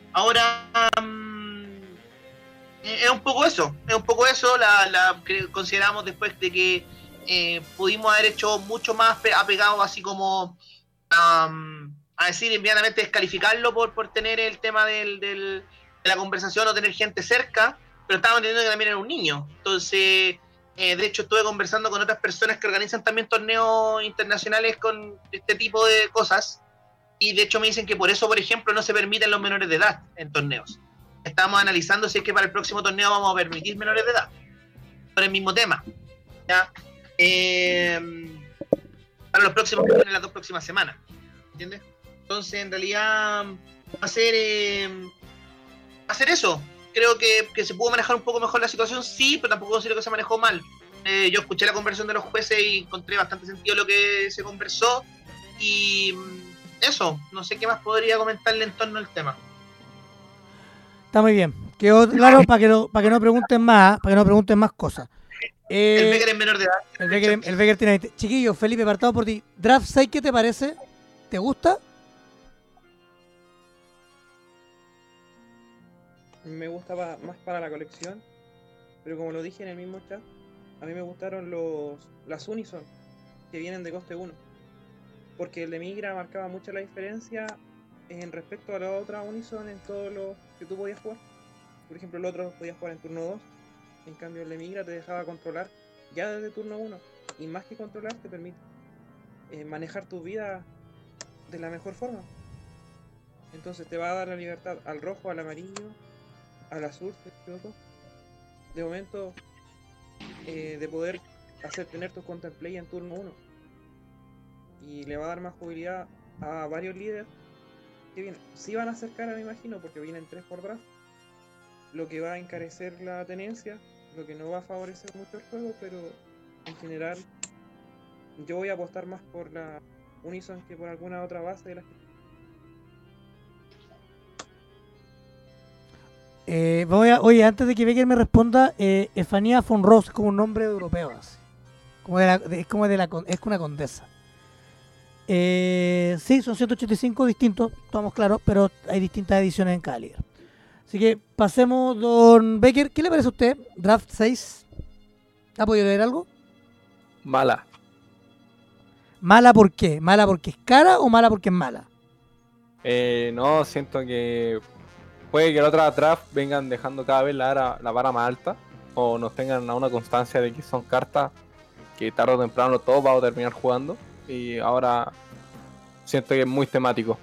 Ahora, um, es un poco eso, es un poco eso, la, la que consideramos después de que eh, pudimos haber hecho mucho más apegado así como um, a decir inmediatamente descalificarlo por, por tener el tema del, del, de la conversación o tener gente cerca, pero estábamos entendiendo que también era un niño. Entonces, eh, de hecho estuve conversando con otras personas que organizan también torneos internacionales con este tipo de cosas, y de hecho me dicen que por eso, por ejemplo, no se permiten los menores de edad en torneos. Estamos analizando si es que para el próximo torneo vamos a permitir menores de edad por el mismo tema, ¿ya? Eh, para los próximos que vienen las dos próximas semanas, ¿entiendes? Entonces en realidad va a ser eh, va a ser eso. Creo que, que se pudo manejar un poco mejor la situación, sí, pero tampoco considero que se manejó mal. Eh, yo escuché la conversación de los jueces y encontré bastante sentido lo que se conversó, y eso, no sé qué más podría comentarle en torno al tema. Está muy bien. Quedó claro para que no, para que no pregunten más, para que no pregunten más cosas. Eh, el Becker es menor de edad. El Becker, el Becker tiene veinte. Chiquillo, Felipe, partado por ti. Draft seis, ¿qué te parece? ¿Te gusta? Me gustaba más para la colección, pero como lo dije en el mismo chat, a mí me gustaron los las Unison que vienen de coste uno, porque el de Migra marcaba mucho la diferencia en respecto a la otra Unison en todos los que tú podías jugar. Por ejemplo, el otro podías jugar en turno dos, en cambio el de Migra te dejaba controlar ya desde turno uno, y más que controlar te permite eh, manejar tu vida de la mejor forma. Entonces te va a dar la libertad al rojo, al amarillo, al azul, si me equivoco, de momento eh, de poder hacer tener tus contemplay en turno uno, y le va a dar más movilidad a varios líderes que vienen. Sí van a ser caras, me imagino, porque vienen tres por draft, lo que va a encarecer la tenencia, lo que no va a favorecer mucho el juego, pero en general yo voy a apostar más por la Unison que por alguna otra base de la. Eh, voy a, oye, antes de que Becker me responda, eh, Estefanía von Ross es como un nombre europeo, así. Como de la, de, es como de la, es una condesa. Eh, sí, son ciento ochenta y cinco distintos, estamos claros, pero hay distintas ediciones en cada líder. Así que pasemos, don Becker, ¿qué le parece a usted? Draft seis, ¿ha podido leer algo? Mala. ¿Mala por qué? ¿Mala porque es cara o mala porque es mala? Eh, no, siento que puede que la otra draft vengan dejando cada vez la vara, la vara más alta, o nos tengan a una constancia de que son cartas que tarde o temprano todos vamos a terminar jugando, y ahora siento que es muy temático.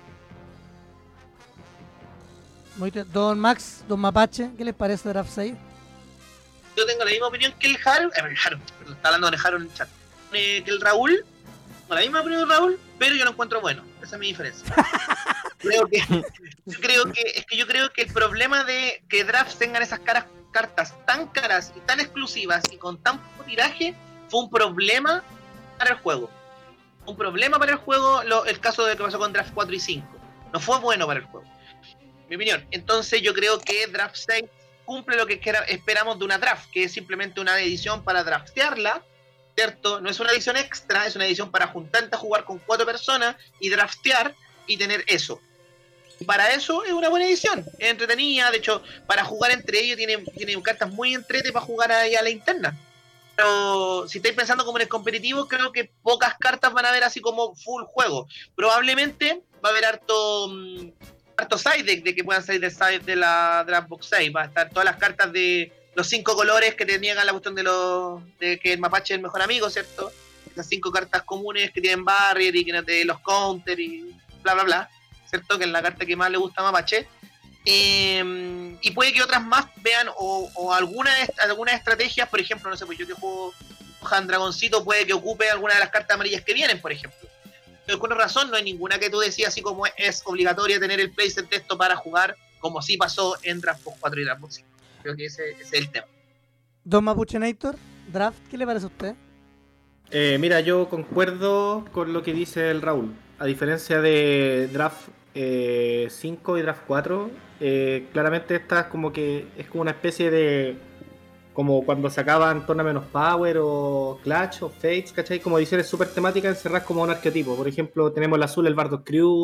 Muy te- don Max, don Mapache, ¿qué les parece Draft seis? Yo tengo la misma opinión que el Haru, eh, el Haru, perdón, está hablando de Haru en el chat, eh, que el Raúl, con la misma opinión del Raúl, pero yo lo encuentro bueno, esa es mi diferencia. creo que, yo creo que, es que yo creo que el problema de que drafts tengan esas caras, cartas tan caras y tan exclusivas y con tan poco tiraje fue un problema para el juego. Un problema para el juego, lo, el caso de que pasó con Draft cuatro y cinco. No fue bueno para el juego. Mi opinión. Entonces yo creo que Draft seis cumple lo que esperamos de una draft, que es simplemente una edición para draftearla, ¿cierto? No es una edición extra, es una edición para juntarte a jugar con cuatro personas y draftear y tener eso. Y para eso es una buena edición, es entretenida, de hecho, para jugar entre ellos tienen, tienen cartas muy entrete para jugar ahí a la interna. Pero si estáis pensando como en el competitivo, creo que pocas cartas van a haber así como full juego. Probablemente va a haber harto um, harto side deck de que puedan salir del side de la Draft Box seis. Va a estar todas las cartas de los cinco colores que te niegan la cuestión de los de que el mapache es el mejor amigo, ¿cierto? Las cinco cartas comunes que tienen barrier y que de los counter y bla bla bla, ¿cierto? Que es la carta que más le gusta a mapache. Eh, y puede que otras más vean o, o algunas algunas estrategias, por ejemplo, no sé, pues yo que juego Han Dragoncito, puede que ocupe alguna de las cartas amarillas que vienen, por ejemplo. Pero con razón no hay ninguna que tú decías así como es obligatoria tener el playset de esto para jugar, como sí pasó en Draft Box cuatro y Draft Box cinco. Creo que ese, ese es el tema. Don Mapuchenator, Draft, ¿qué le parece a usted? Eh, mira, yo concuerdo con lo que dice el Raúl. A diferencia de Draft eh, cinco y Draft cuatro, eh, claramente esta es como que es como una especie de, como cuando sacaban Tournament of Power o Clash o Fates, ¿cachai? Como ediciones súper temáticas encerradas como un arquetipo. Por ejemplo, tenemos el azul, el Bardock Crew,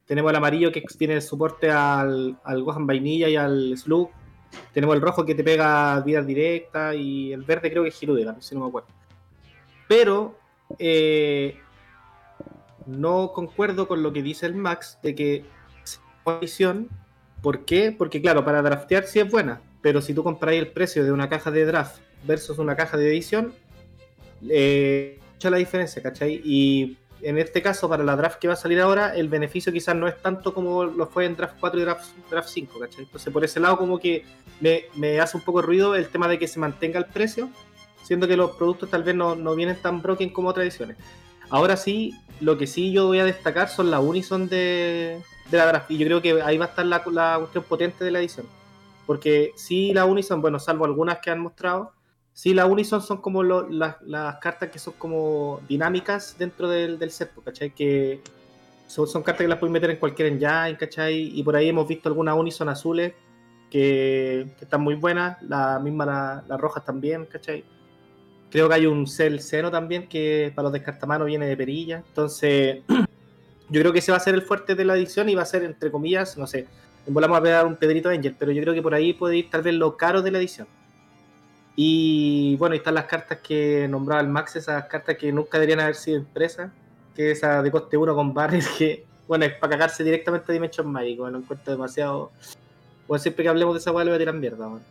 Tenemos el amarillo que tiene soporte al, al Gohan Vainilla y al Slug. Tenemos el rojo que te pega vidas directas y el verde creo que es Hirudegarn, si no me acuerdo. Pero eh, no concuerdo con lo que dice el Max de que edición. ¿Por qué? Porque claro, para draftear sí es buena, pero si tú compráis el precio de una caja de draft versus una caja de edición, eh, mucha la diferencia, ¿cachai? Y en este caso, para la draft que va a salir ahora, el beneficio quizás no es tanto como lo fue en draft cuatro y draft, draft cinco, ¿cachai? Entonces por ese lado como que me, me hace un poco ruido el tema de que se mantenga el precio, siendo que los productos tal vez no, no vienen tan broken como otras ediciones. Ahora sí, lo que sí yo voy a destacar son las Unison de, de la draft, y yo creo que ahí va a estar la, la cuestión potente de la edición. Porque sí, la Unison, bueno, salvo algunas que han mostrado, sí, la Unison son como lo, las, las cartas que son como dinámicas dentro del, del set, ¿cachai? Que son, son cartas que las puedes meter en cualquier engine, ¿cachai? Y por ahí hemos visto algunas Unison azules que, que están muy buenas, la misma las la rojas también, ¿cachai? Creo que hay un Cell Seno también que para los descartamanos viene de perilla. Entonces, yo creo que ese va a ser el fuerte de la edición y va a ser, entre comillas, no sé, volvamos a pegar un Pedrito Angel, pero yo creo que por ahí puede ir tal vez lo caro de la edición. Y bueno, ahí están las cartas que nombraba el Max, esas cartas que nunca deberían haber sido impresas, que esa de coste uno con barres, que bueno, es para cagarse directamente a Dimension Magic, bueno, lo encuentro demasiado... Bueno, siempre que hablemos de esa weá le voy a tirar mierda, bueno.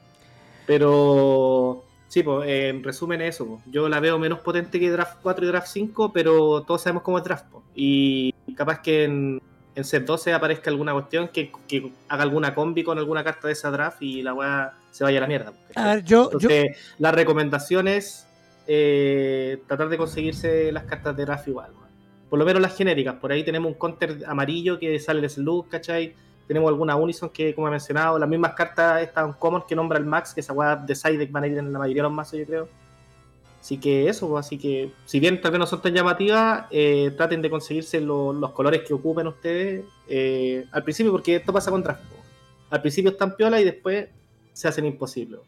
Pero sí, pues en resumen eso, pues. Yo la veo menos potente que Draft cuatro y Draft cinco, pero todos sabemos cómo es Draft, pues. Y capaz que en, en set doce aparezca alguna cuestión que, que haga alguna combi con alguna carta de esa Draft y la weá se vaya a la mierda, pues. A ver, yo, Entonces, yo, la recomendación es eh, tratar de conseguirse las cartas de Draft igual, man. Por lo menos las genéricas. Por ahí tenemos un counter amarillo que sale el Slug, ¿cachai? Tenemos alguna Unison que, como he mencionado, las mismas cartas, estas uncommon que nombra el Max, que esa weá de side deck van a ir en la mayoría de los mazos, yo creo. Así que eso, pues, así que si bien tal vez no son tan llamativas, eh, traten de conseguirse lo, los colores que ocupen ustedes eh, al principio, porque esto pasa con Draft. Al principio están piola y después se hacen imposibles.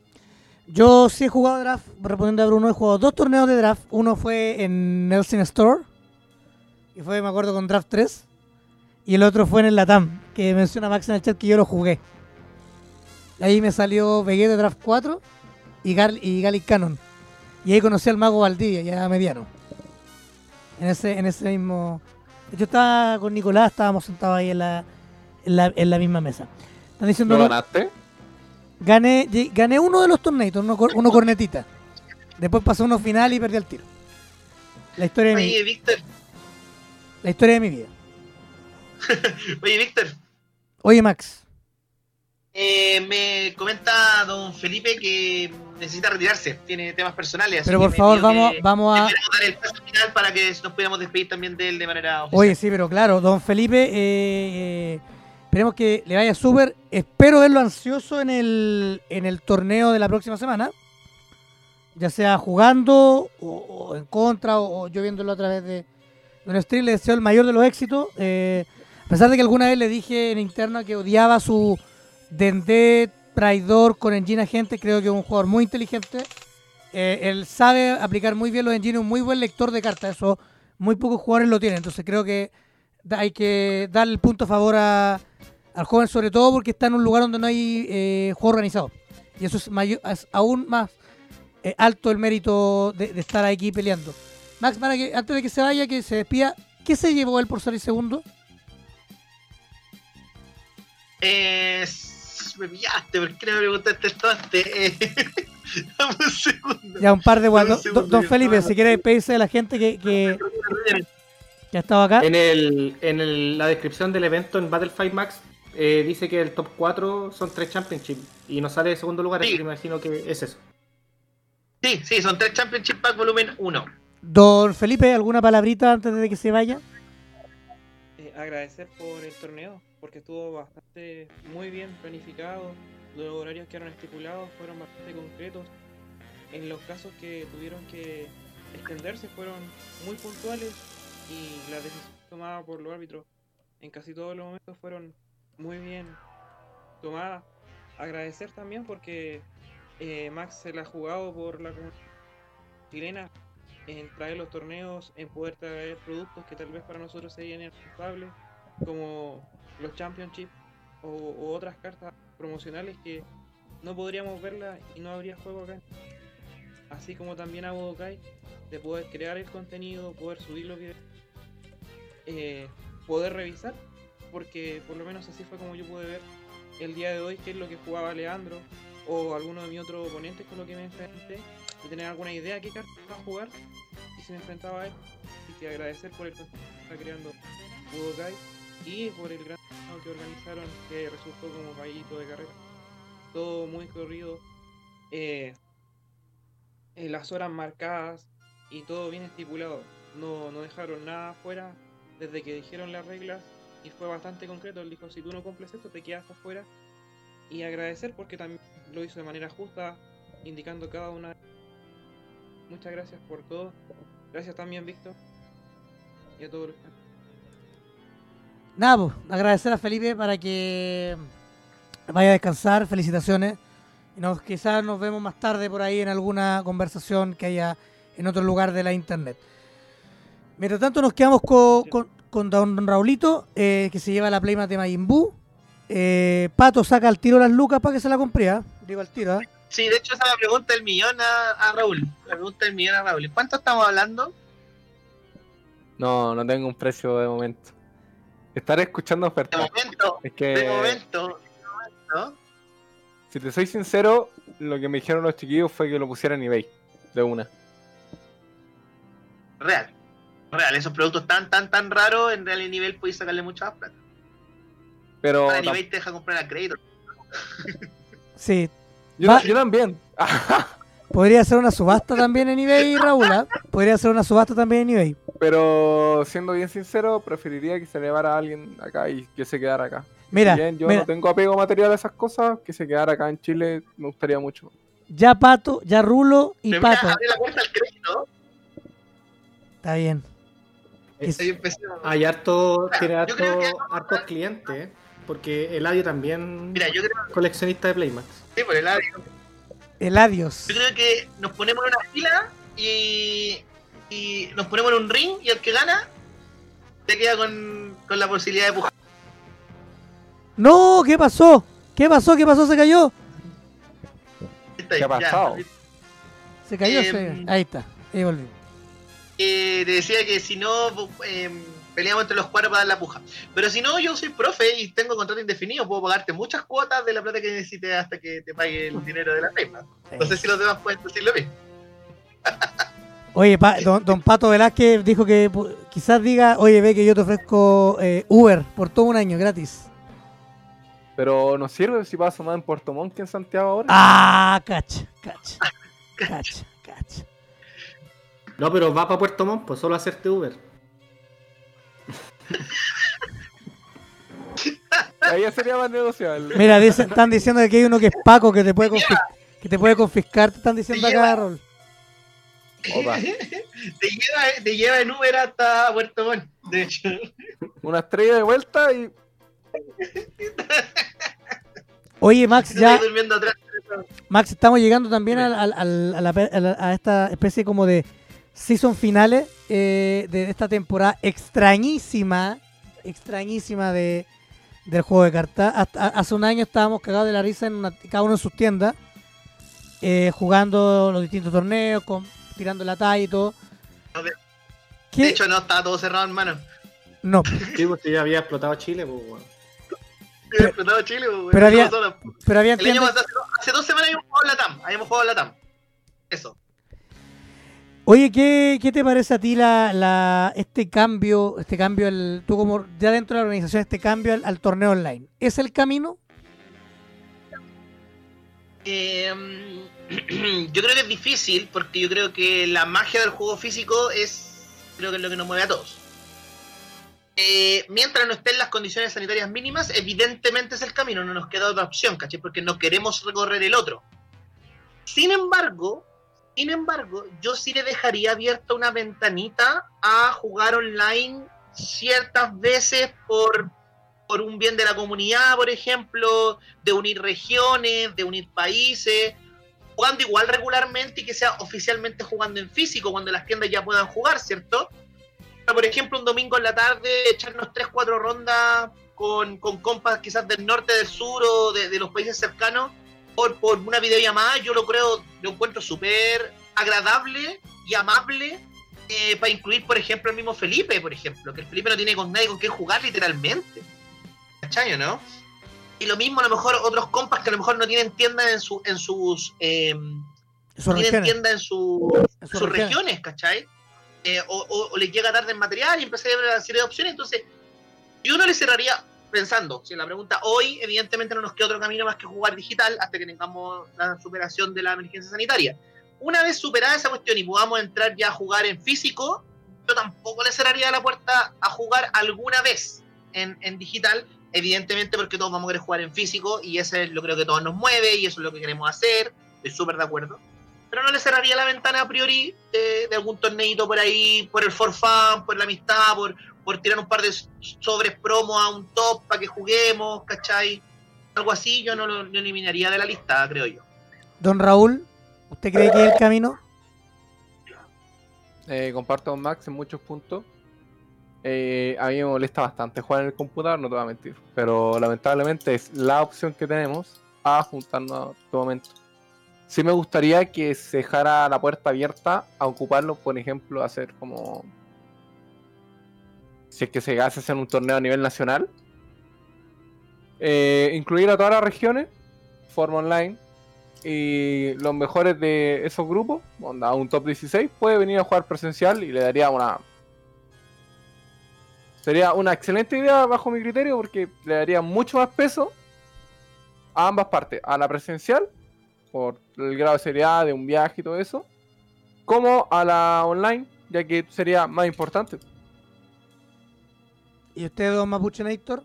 yo sí he jugado draft, respondiendo a Bruno, he jugado dos torneos de draft. Uno fue en Nelson Store, y fue, me acuerdo, con Draft tres. Y el otro fue en el Latam, que menciona Max en el chat que yo lo jugué. Ahí me salió Vegeta de Draft cuatro y, Gal y Gallic Cannon. Y ahí conocí al mago Valdivia, ya mediano. En ese, en ese mismo... Yo estaba con Nicolás, estábamos sentados ahí en la, en la, en la misma mesa. Están diciendo... ¿Lo no- ganaste? Gané, lle- gané uno de los torneitos, uno, cor- uno cornetita. Después pasó uno final y perdí el tiro. La historia de mi, Oye, Víctor, la historia de mi vida. oye, Víctor, Oye, Max. eh, me comenta don Felipe que necesita retirarse, tiene temas personales. así Pero que por me favor, pidió vamos, que vamos a... debiéramos dar el paso final para que nos pudiéramos despedir también de él de manera oficial. Oye, sí, pero claro, don Felipe, eh, eh, esperemos que le vaya súper. Espero verlo ansioso en el, en el torneo de la próxima semana. Ya sea jugando o, o en contra o, o yo viéndolo a través de un stream. Le deseo el mayor de los éxitos. Eh, a pesar de que alguna vez le dije en interna que odiaba su Dendé traidor con engine agente, creo que es un jugador muy inteligente. Eh, él sabe aplicar muy bien los engines, un muy buen lector de cartas. Eso muy pocos jugadores lo tienen. Entonces creo que da- hay que darle el punto a favor a- al joven, sobre todo porque está en un lugar donde no hay eh, juego organizado. Y eso es, mayor, es aún más eh, alto el mérito de, de estar aquí peleando. Max, para que antes de que se vaya, que se despida, ¿qué se llevó él por salir segundo? Eh, s- me pillaste, ¿por qué no me preguntaste esto antes? Eh, dame un segundo. Ya un par de Dame un guardos. segundo, Don que Felipe, estaba- si quiere despedirse de la gente que, que, que ha estado acá. En, el, en el- la descripción del evento en Battlefight Max eh, dice que el top cuatro son tres Championship y nos sale de segundo lugar, Sí. así que me imagino que es eso. Sí, sí, son tres Championship Pack volumen uno. Don Felipe, ¿alguna palabrita antes de que se vaya? Eh, agradecer por el torneo, porque estuvo bastante muy bien planificado. Los horarios que eran estipulados fueron bastante concretos. En los casos que tuvieron que extenderse fueron muy puntuales y las decisiones tomadas por los árbitros en casi todos los momentos fueron muy bien tomadas. Agradecer también porque eh, Max se la ha jugado por la comunidad chilena en traer los torneos, en poder traer productos que tal vez para nosotros serían irresponsables, como los Championship o, o otras cartas promocionales que no podríamos verlas y no habría juego acá. Así como también a Budokai, de poder crear el contenido, poder subir los videos, eh, poder revisar, porque por lo menos así fue como yo pude ver el día de hoy qué es lo que jugaba Leandro o alguno de mis otros oponentes con lo que me enfrenté, de tener alguna idea qué carta iba a jugar y se me enfrentaba a él. Así que agradecer por el contenido que está creando Budokai y por el gran torneo que organizaron, que resultó como caballito de carrera. Todo muy corrido, eh, eh, las horas marcadas y todo bien estipulado. No, no dejaron nada afuera desde que dijeron las reglas y fue bastante concreto. Él dijo, si tú no cumples esto te quedas afuera. Y agradecer porque también lo hizo de manera justa, indicando cada una. Muchas gracias por todo. Gracias también, Víctor, y a todos los que... Nada, pues, agradecer a Felipe para que vaya a descansar, felicitaciones. Y nos, quizás nos vemos más tarde por ahí en alguna conversación que haya en otro lugar de la internet. Mientras tanto nos quedamos con, con, con don Raulito, eh, que se lleva la Playmat de Majin Buu. Eh, Pato saca al tiro las lucas para que se la compre, ¿eh? Digo al tiro, ¿eh? Sí, de hecho esa es la pregunta del millón a, a Raúl. La pregunta del millón a Raúl. ¿Cuánto estamos hablando? No, no tengo un precio de momento. Estaré escuchando De ofertas. momento, Es que, de momento, de momento. si te soy sincero, lo que me dijeron los chiquillos fue que lo pusiera en eBay, de una. Real. Real, esos productos tan, tan, tan raros, en real nivel podéis sacarle mucha más plata. Pero Para tam- nivel te deja comprar a crédito. Sí, yo, Va- yo también. podría ser una subasta también en eBay, Raúl, ¿eh? Podría ser una subasta también en eBay. Pero siendo bien sincero, preferiría que se llevara a alguien acá y que se quedara acá. Mira, Si bien yo mira, no tengo apego material a esas cosas, que se quedara acá en Chile me gustaría mucho. ya Pato, ya Rulo y Pero mira, Pato. abrí la puerta al crédito. Está bien. Es- Ahí empecemos. Hay harto, Mira, tiene yo harto, creo que- hartos clientes, porque Eladio también Mira, yo creo, coleccionista de Playmax. sí, por el audio. El adiós. Yo creo que nos ponemos en una fila y, y nos ponemos en un ring y el que gana se queda con, con la posibilidad de pujar. No, ¿qué pasó? ¿Qué pasó? ¿Qué pasó? ¿Se cayó? Está ahí, ¿Qué ha ya. pasado? Se cayó. Em, se... Ahí está. Ahí volvió. Eh, te decía que si no eh, peleamos entre los cuatro para dar la puja. Pero si no, yo soy profe y tengo contrato indefinido, puedo pagarte muchas cuotas de la plata que necesites hasta que te pague el dinero de la PayPal. No sé si los demás pueden decir lo mismo. Oye, pa- don, don Pato Velázquez dijo que pu- quizás diga, oye, ve que yo te ofrezco eh, Uber por todo un año gratis. Pero nos sirve si pasa más en Puerto Montt que en Santiago ahora. Ah, cacha, cacha, cacha, cacha. No, pero va para Puerto Montt, pues solo hacerte Uber. Ahí ya sería más negociable. Mira, dicen, están diciendo que hay uno que es Paco que te puede confiscar, que te puede confiscar, te están diciendo Te acá, lleva. Rol. Opa, te, lleva, te lleva en Uber hasta Puerto Montt, de hecho. una estrella de vuelta y Oye, Max, Estoy ya, durmiendo atrás. Max, estamos llegando también al- al- al- a, la pe- a la- a esta especie como de season finales eh, de esta temporada extrañísima, extrañísima de, del juego de cartas. Hasta- hace un año estábamos cagados de la risa en una- cada uno en sus tiendas, eh, jugando los distintos torneos, con, tirando la talla y todo. ¿Qué? De hecho, no, estaba todo cerrado, hermano. No, Sí, porque ya había explotado Chile, pues, weón. Había explotado Chile, pues, pero había- no solo. pero había El año tiendas. pasado, hace, dos- hace dos semanas habíamos jugado en la TAM. Habíamos jugado en la TAM. Eso. Oye, ¿qué, qué te parece a ti la, la, este cambio, este cambio, el, tú como ya dentro de la organización, este cambio al, al torneo online? ¿Es el camino? Eh, yo creo que es difícil porque yo creo que la magia del juego físico es, creo que es lo que nos mueve a todos. Eh, mientras no estén las condiciones sanitarias mínimas, evidentemente es el camino, no nos queda otra opción, ¿cachai? Porque no queremos recorrer el otro. Sin embargo, sin embargo, yo sí le dejaría abierta una ventanita a jugar online ciertas veces por, por un bien de la comunidad, por ejemplo, de unir regiones, de unir países, jugando igual regularmente y que sea oficialmente jugando en físico cuando las tiendas ya puedan jugar, ¿cierto? por ejemplo, un domingo en la tarde, echarnos tres, cuatro rondas con, con compas quizás del norte, del sur o de, de los países cercanos por, por una videollamada, yo lo creo, lo encuentro súper agradable y amable eh, para incluir, por ejemplo, el mismo Felipe, por ejemplo, que el Felipe no tiene con nadie con quien jugar literalmente. ¿Cachai, no? Y lo mismo a lo mejor otros compas que a lo mejor no tienen tienda en, su, en sus... Eh, no tienen tienda en, su, en sus, sus regiones. regiones, ¿cachai? Eh, o, o, o les llega tarde el material y empieza a ver una serie de opciones. Entonces, yo no le cerraría pensando, si en la pregunta hoy, evidentemente no nos queda otro camino más que jugar digital hasta que tengamos la superación de la emergencia sanitaria. Una vez superada esa cuestión y podamos entrar ya a jugar en físico, yo tampoco le cerraría la puerta a jugar alguna vez en, en digital, evidentemente porque todos vamos a querer jugar en físico y eso es lo creo que todos nos mueve y eso es lo que queremos hacer, estoy súper de acuerdo. Pero no le cerraría la ventana a priori de, de algún torneito por ahí, por el for fun, por la amistad, por, por tirar un par de sobres promo a un top para que juguemos, ¿cachai? Algo así yo no lo, lo eliminaría de la lista, creo yo. Don Raúl, ¿usted cree que es el camino? Eh, comparto con Max en muchos puntos. Eh, a mí me molesta bastante jugar en el computador, no te voy a mentir. Pero lamentablemente es la opción que tenemos a juntarnos en todo momento. Sí me gustaría que se dejara la puerta abierta a ocuparlo, por ejemplo, hacer como... Si es que se hace hacer un torneo a nivel nacional. Eh, incluir a todas las regiones, forma online. Y los mejores de esos grupos, onda, un top dieciséis, puede venir a jugar presencial y le daría una... Sería una excelente idea bajo mi criterio porque le daría mucho más peso a ambas partes. A la presencial, por el grado de seriedad de un viaje y todo eso, como a la online, ya que sería más importante. ¿Y usted, don Mapuche Néctor?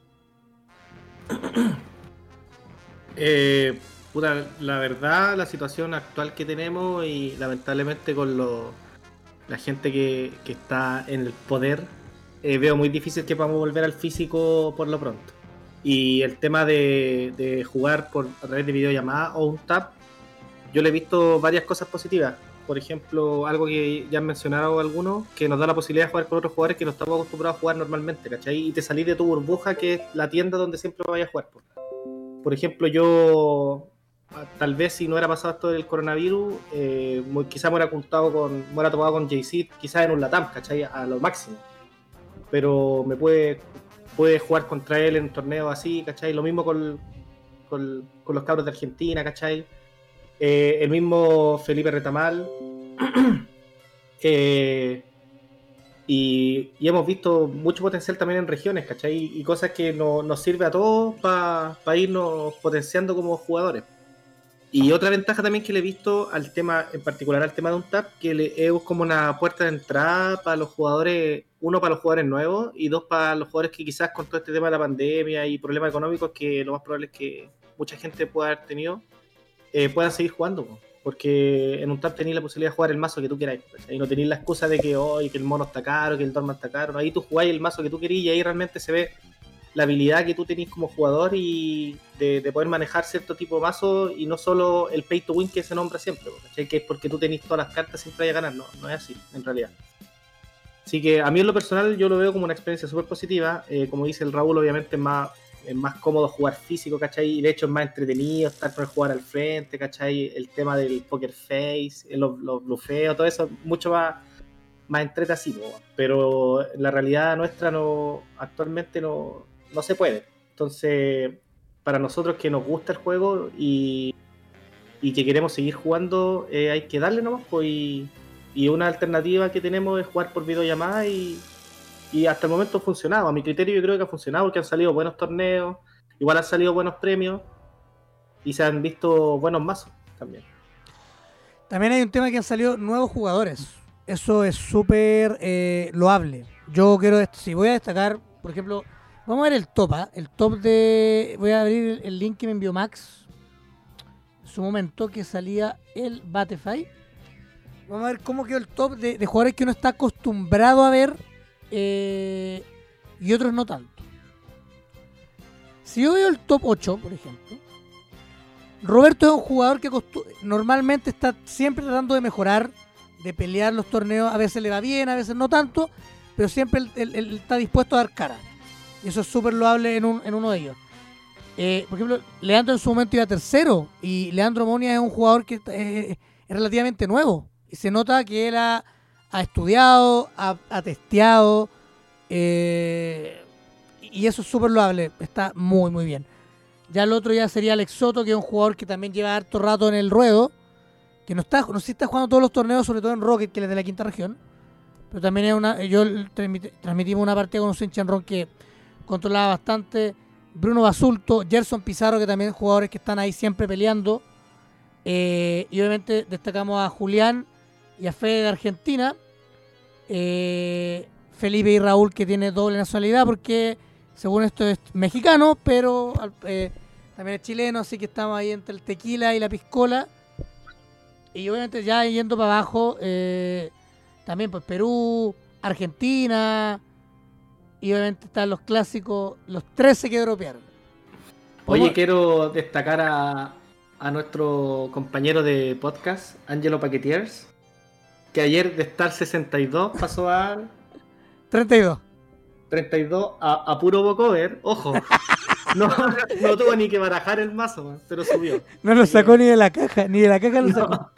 Eh, puta, la verdad, la situación actual que tenemos y lamentablemente con lo, la gente que, que está en el poder, eh, veo muy difícil que podamos volver al físico por lo pronto. Y el tema de, de jugar por, a través de videollamada o un tap, yo le he visto varias cosas positivas. Por ejemplo, algo que ya han mencionado algunos, que nos da la posibilidad de jugar con otros jugadores que no estamos acostumbrados a jugar normalmente, ¿cachai? Y te salís de tu burbuja, que es la tienda donde siempre vayas a jugar. Por, por ejemplo, yo, tal vez si no hubiera pasado esto del coronavirus, eh, quizás me hubiera juntado con, me hubiera topado con Jay-Z, quizás en un Latam, ¿cachai? A lo máximo. Pero me puede... puedes jugar contra él en un torneo así, ¿cachai? Lo mismo con, con, con los cabros de Argentina, ¿cachai? Eh, el mismo Felipe Retamal. eh, y, y hemos visto mucho potencial también en regiones, ¿cachai? Y cosas que no, nos sirve a todos para pa irnos potenciando como jugadores. Y otra ventaja también que le he visto al tema, en particular al tema de un tap, que le, es como una puerta de entrada para los jugadores, uno para los jugadores nuevos y dos para los jugadores que quizás con todo este tema de la pandemia y problemas económicos que lo más probable es que mucha gente pueda haber tenido, eh, puedan seguir jugando, po. Porque en un tap tenéis la posibilidad de jugar el mazo que tú queráis, pues, y no tenéis la excusa de que, oh, que el mono está caro, que el Dorma está caro. Ahí tú jugáis el mazo que tú querís y ahí realmente se ve la habilidad que tú tenés como jugador y de, de poder manejar cierto tipo de mazo y no solo el pay to win que se nombra siempre, ¿cachai? Que es porque tú tenés todas las cartas siempre hay a ganar. No, no es así en realidad. Así que a mí en lo personal yo lo veo como una experiencia súper positiva. Eh, como dice el Raúl, obviamente es más, es más cómodo jugar físico, ¿cachai? Y de hecho es más entretenido estar con el jugar al frente, ¿cachai? El tema del poker face, los, los blufeos, todo eso, mucho más, más entrete así, ¿no? Pero la realidad nuestra no, actualmente no, no se puede. Entonces, para nosotros que nos gusta el juego y, y que queremos seguir jugando, eh, hay que darle nomás, pues, y, y una alternativa que tenemos es jugar por videollamada y, y hasta el momento ha funcionado. A mi criterio yo creo que ha funcionado porque han salido buenos torneos, igual han salido buenos premios y se han visto buenos mazos también. También hay un tema que han salido nuevos jugadores. Eso es súper eh, loable. Yo quiero, si voy a destacar, por ejemplo, vamos a ver el top, ¿eh? El top de... Voy a abrir el link que me envió Max en su momento, que salía el Battlefield. Vamos a ver cómo quedó el top de, de jugadores que uno está acostumbrado a ver eh, y otros no tanto. Si yo veo el top ocho, por ejemplo, Roberto es un jugador que normalmente está siempre tratando de mejorar, de pelear los torneos. A veces le va bien, a veces no tanto, pero siempre él, él- él está dispuesto a dar cara. Y eso es súper loable en, un, en uno de ellos. Eh, por ejemplo, Leandro en su momento iba tercero, y Leandro Monia es un jugador que eh, es relativamente nuevo. Y se nota que él ha, ha estudiado, ha, ha testeado, eh, y eso es súper loable. Está muy, muy bien. Ya el otro ya sería Alex Soto, que es un jugador que también lleva harto rato en el ruedo, que no está, no sé si está jugando todos los torneos, sobre todo en Rocket, que es de la quinta región, pero también es una, yo transmit- transmitimos una partida con un Senchenron que controlaba bastante, Bruno Basulto, Gerson Pizarro, que también jugadores que están ahí siempre peleando, eh, y obviamente destacamos a Julián y a Fede de Argentina, eh, Felipe y Raúl, que tiene doble nacionalidad porque según esto es mexicano, pero eh, también es chileno, así que estamos ahí entre el tequila y la piscola. Y obviamente ya yendo para abajo, eh, también pues Perú, Argentina, y obviamente están los clásicos, los trece que dropearon. Oye, ¿Cómo? quiero destacar a, a nuestro compañero de podcast, Angelo Paquetiers, que ayer de estar sesenta y dos pasó a treinta y dos. treinta y dos a, a puro vocover. Ojo, no, no tuvo ni que barajar el mazo, man, pero subió. No lo sacó ni de la caja, ni de la caja lo sacó. No.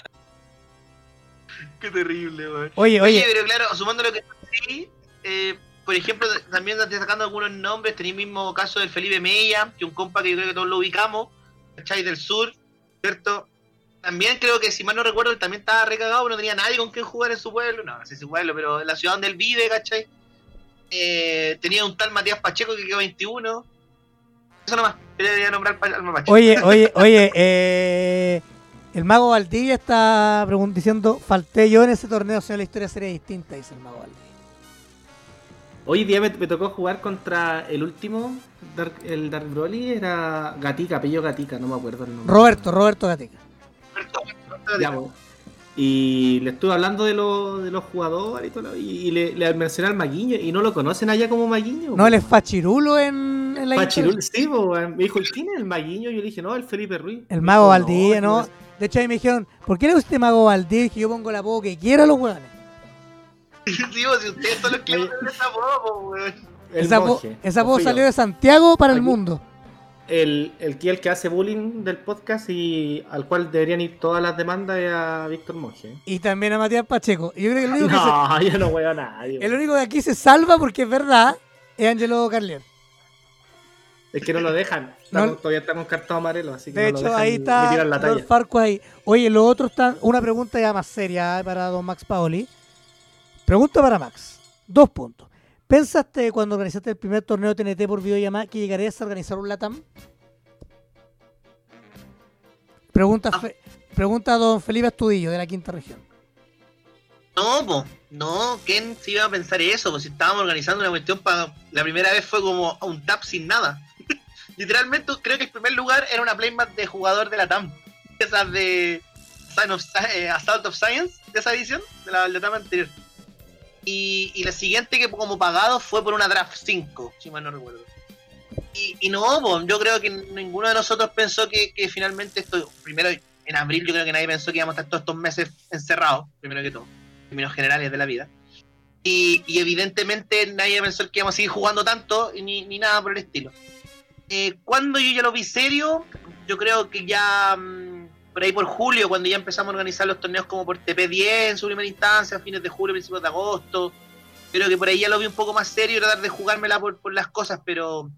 Qué terrible, weón. Oye, Oye, oye, pero claro, sumando lo que sí, eh, por ejemplo, también destacando algunos nombres, tenéis el mismo caso del Felipe Mella, que un compa que yo creo que todos lo ubicamos, ¿cachai? Del sur, ¿cierto? También creo que, si mal no recuerdo, él también estaba recagado, pero no tenía nadie con quien jugar en su pueblo, no, no sé si su pueblo, pero en la ciudad donde él vive, ¿cachai? Eh, tenía un tal Matías Pacheco que quedó veintiuno. Eso nomás, quería nombrar al Mapache. oye, oye, oye, eh, el Mago Valdivia está pregun- diciendo, falté yo en ese torneo, si no la historia sería distinta, dice el Mago Valdivia. Hoy día me, me tocó jugar contra el último, Dark- el Dark Broly, era Gatica, apellido Gatica, no me acuerdo el nombre. Roberto, Roberto Gatica. Ya, po. Y le estuve hablando de, lo- de los jugadores y todo, lo- y, y le, le mencioné al Maguiño, y no lo conocen allá como Maguiño. No, él es Fachirulo en, en la Pachirul, sí, po, weón. Me dijo, ¿y quién es el Maguiño? Yo le dije, no, el Felipe Ruiz. El Me Mago dijo, Valdivia, ¿no? es- De hecho, ahí me dijeron, ¿por qué le gusta este Mago Valdivia? Que yo pongo el apodo que quiera a los hueones. Sí, pues, si ustedes son los que Oye. usan esa apodo, weón. El Ese apo- monje, ese apodo fui yo. salió de Santiago para el Aquí. mundo. El, el que el que hace bullying del podcast y al cual deberían ir todas las demandas es a Víctor Monge. Y también a Matías Pacheco. Y yo creo que el único, que No, yo no juego a nadie. se- el único que aquí se salva, porque es verdad, es Angelo Carlier. Es que no lo dejan. No- Está con- todavía está con cartón amarelo, así que De no lo hecho, dejan ahí ni- ni está tirar la Lord talla. Farco ahí. Oye, lo otro está. Una pregunta ya más seria eh, para don Max Paoli. Pregunta para Max. Dos puntos. ¿Pensaste cuando organizaste el primer torneo T N T por videollamada que llegarías a organizar un LATAM? Pregunta, Fe- pregunta a don Felipe Astudillo de la quinta región. No, po, no, ¿quién se iba a pensar eso? Pues si estábamos organizando una cuestión para. La primera vez fue como un tap sin nada. Literalmente, creo que el primer lugar era una playmat de jugador de la T A M. Esas de. Sign of, Sci- eh, Assault of Science, de esa edición, de la, de la T A M anterior. Y, y la siguiente que como pagado fue por una Draft cinco, si mal no recuerdo. Y, y no, po, yo creo que ninguno de nosotros pensó que, que finalmente esto. Primero, en abril, yo creo que nadie pensó que íbamos a estar todos estos meses encerrados, primero que todo. Términos generales de la vida. Y, y evidentemente nadie pensó que íbamos a seguir jugando tanto ni, ni nada por el estilo. Eh, cuando yo ya lo vi serio, yo creo que ya mmm, por ahí por julio, cuando ya empezamos a organizar los torneos como por T P diez en su primera instancia, a fines de julio, principios de agosto, creo que por ahí ya lo vi un poco más serio y tratar de jugármela por, por las cosas, pero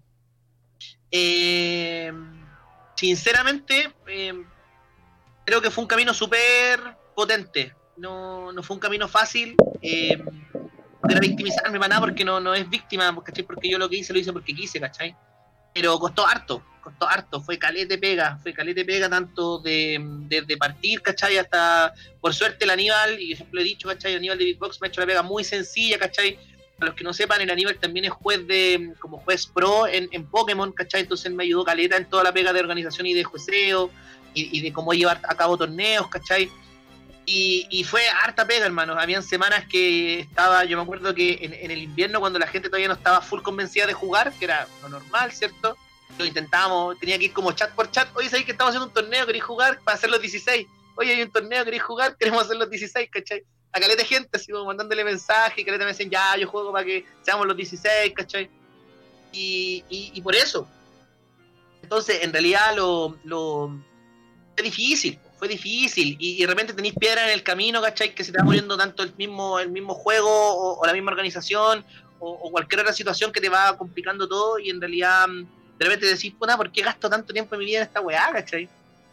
eh, sinceramente eh, creo que fue un camino súper potente. No, no fue un camino fácil. Eh, no era victimizarme para nada porque no, no es víctima, ¿cachai? Porque yo lo que hice lo hice porque quise, ¿cachai? Pero costó harto, costó harto, fue calete pega, fue calete pega tanto de, de, de partir, ¿cachai? Hasta, por suerte el Aníbal, y yo siempre lo he dicho, ¿cachai? El Aníbal de Big Box me ha hecho la pega muy sencilla, ¿cachai? Para los que no sepan, el Aníbal también es juez de, como juez pro en, en Pokémon, ¿cachai? Entonces él me ayudó caleta en toda la pega de organización y de jueceo, y, y de cómo llevar a cabo torneos, ¿cachai? Y, y fue harta pega, hermano. Habían semanas que estaba, yo me acuerdo que en, en el invierno, cuando la gente todavía no estaba full convencida de jugar, que era lo normal, ¿cierto? Lo intentábamos, tenía que ir como chat por chat. Oye, ¿sabéis que estamos haciendo un torneo? ¿Queréis jugar para hacer los dieciséis? Oye, hay un torneo, ¿queréis jugar? Queremos hacer los dieciséis, ¿cachai? a caleta de gente, así como mandándole mensajes, y caleta me dicen, ya, yo juego para que seamos los dieciséis, ¿cachai? Y, y, y por eso. Entonces, en realidad, lo, lo fue difícil, fue difícil, y, y de repente tenéis piedra en el camino, ¿cachai? Que se te va muriendo tanto el mismo, el mismo juego, o, o la misma organización, o, o cualquier otra situación que te va complicando todo, y en realidad, de repente decís, puta, ¿por qué gasto tanto tiempo en mi vida en esta weá, ¿cachai?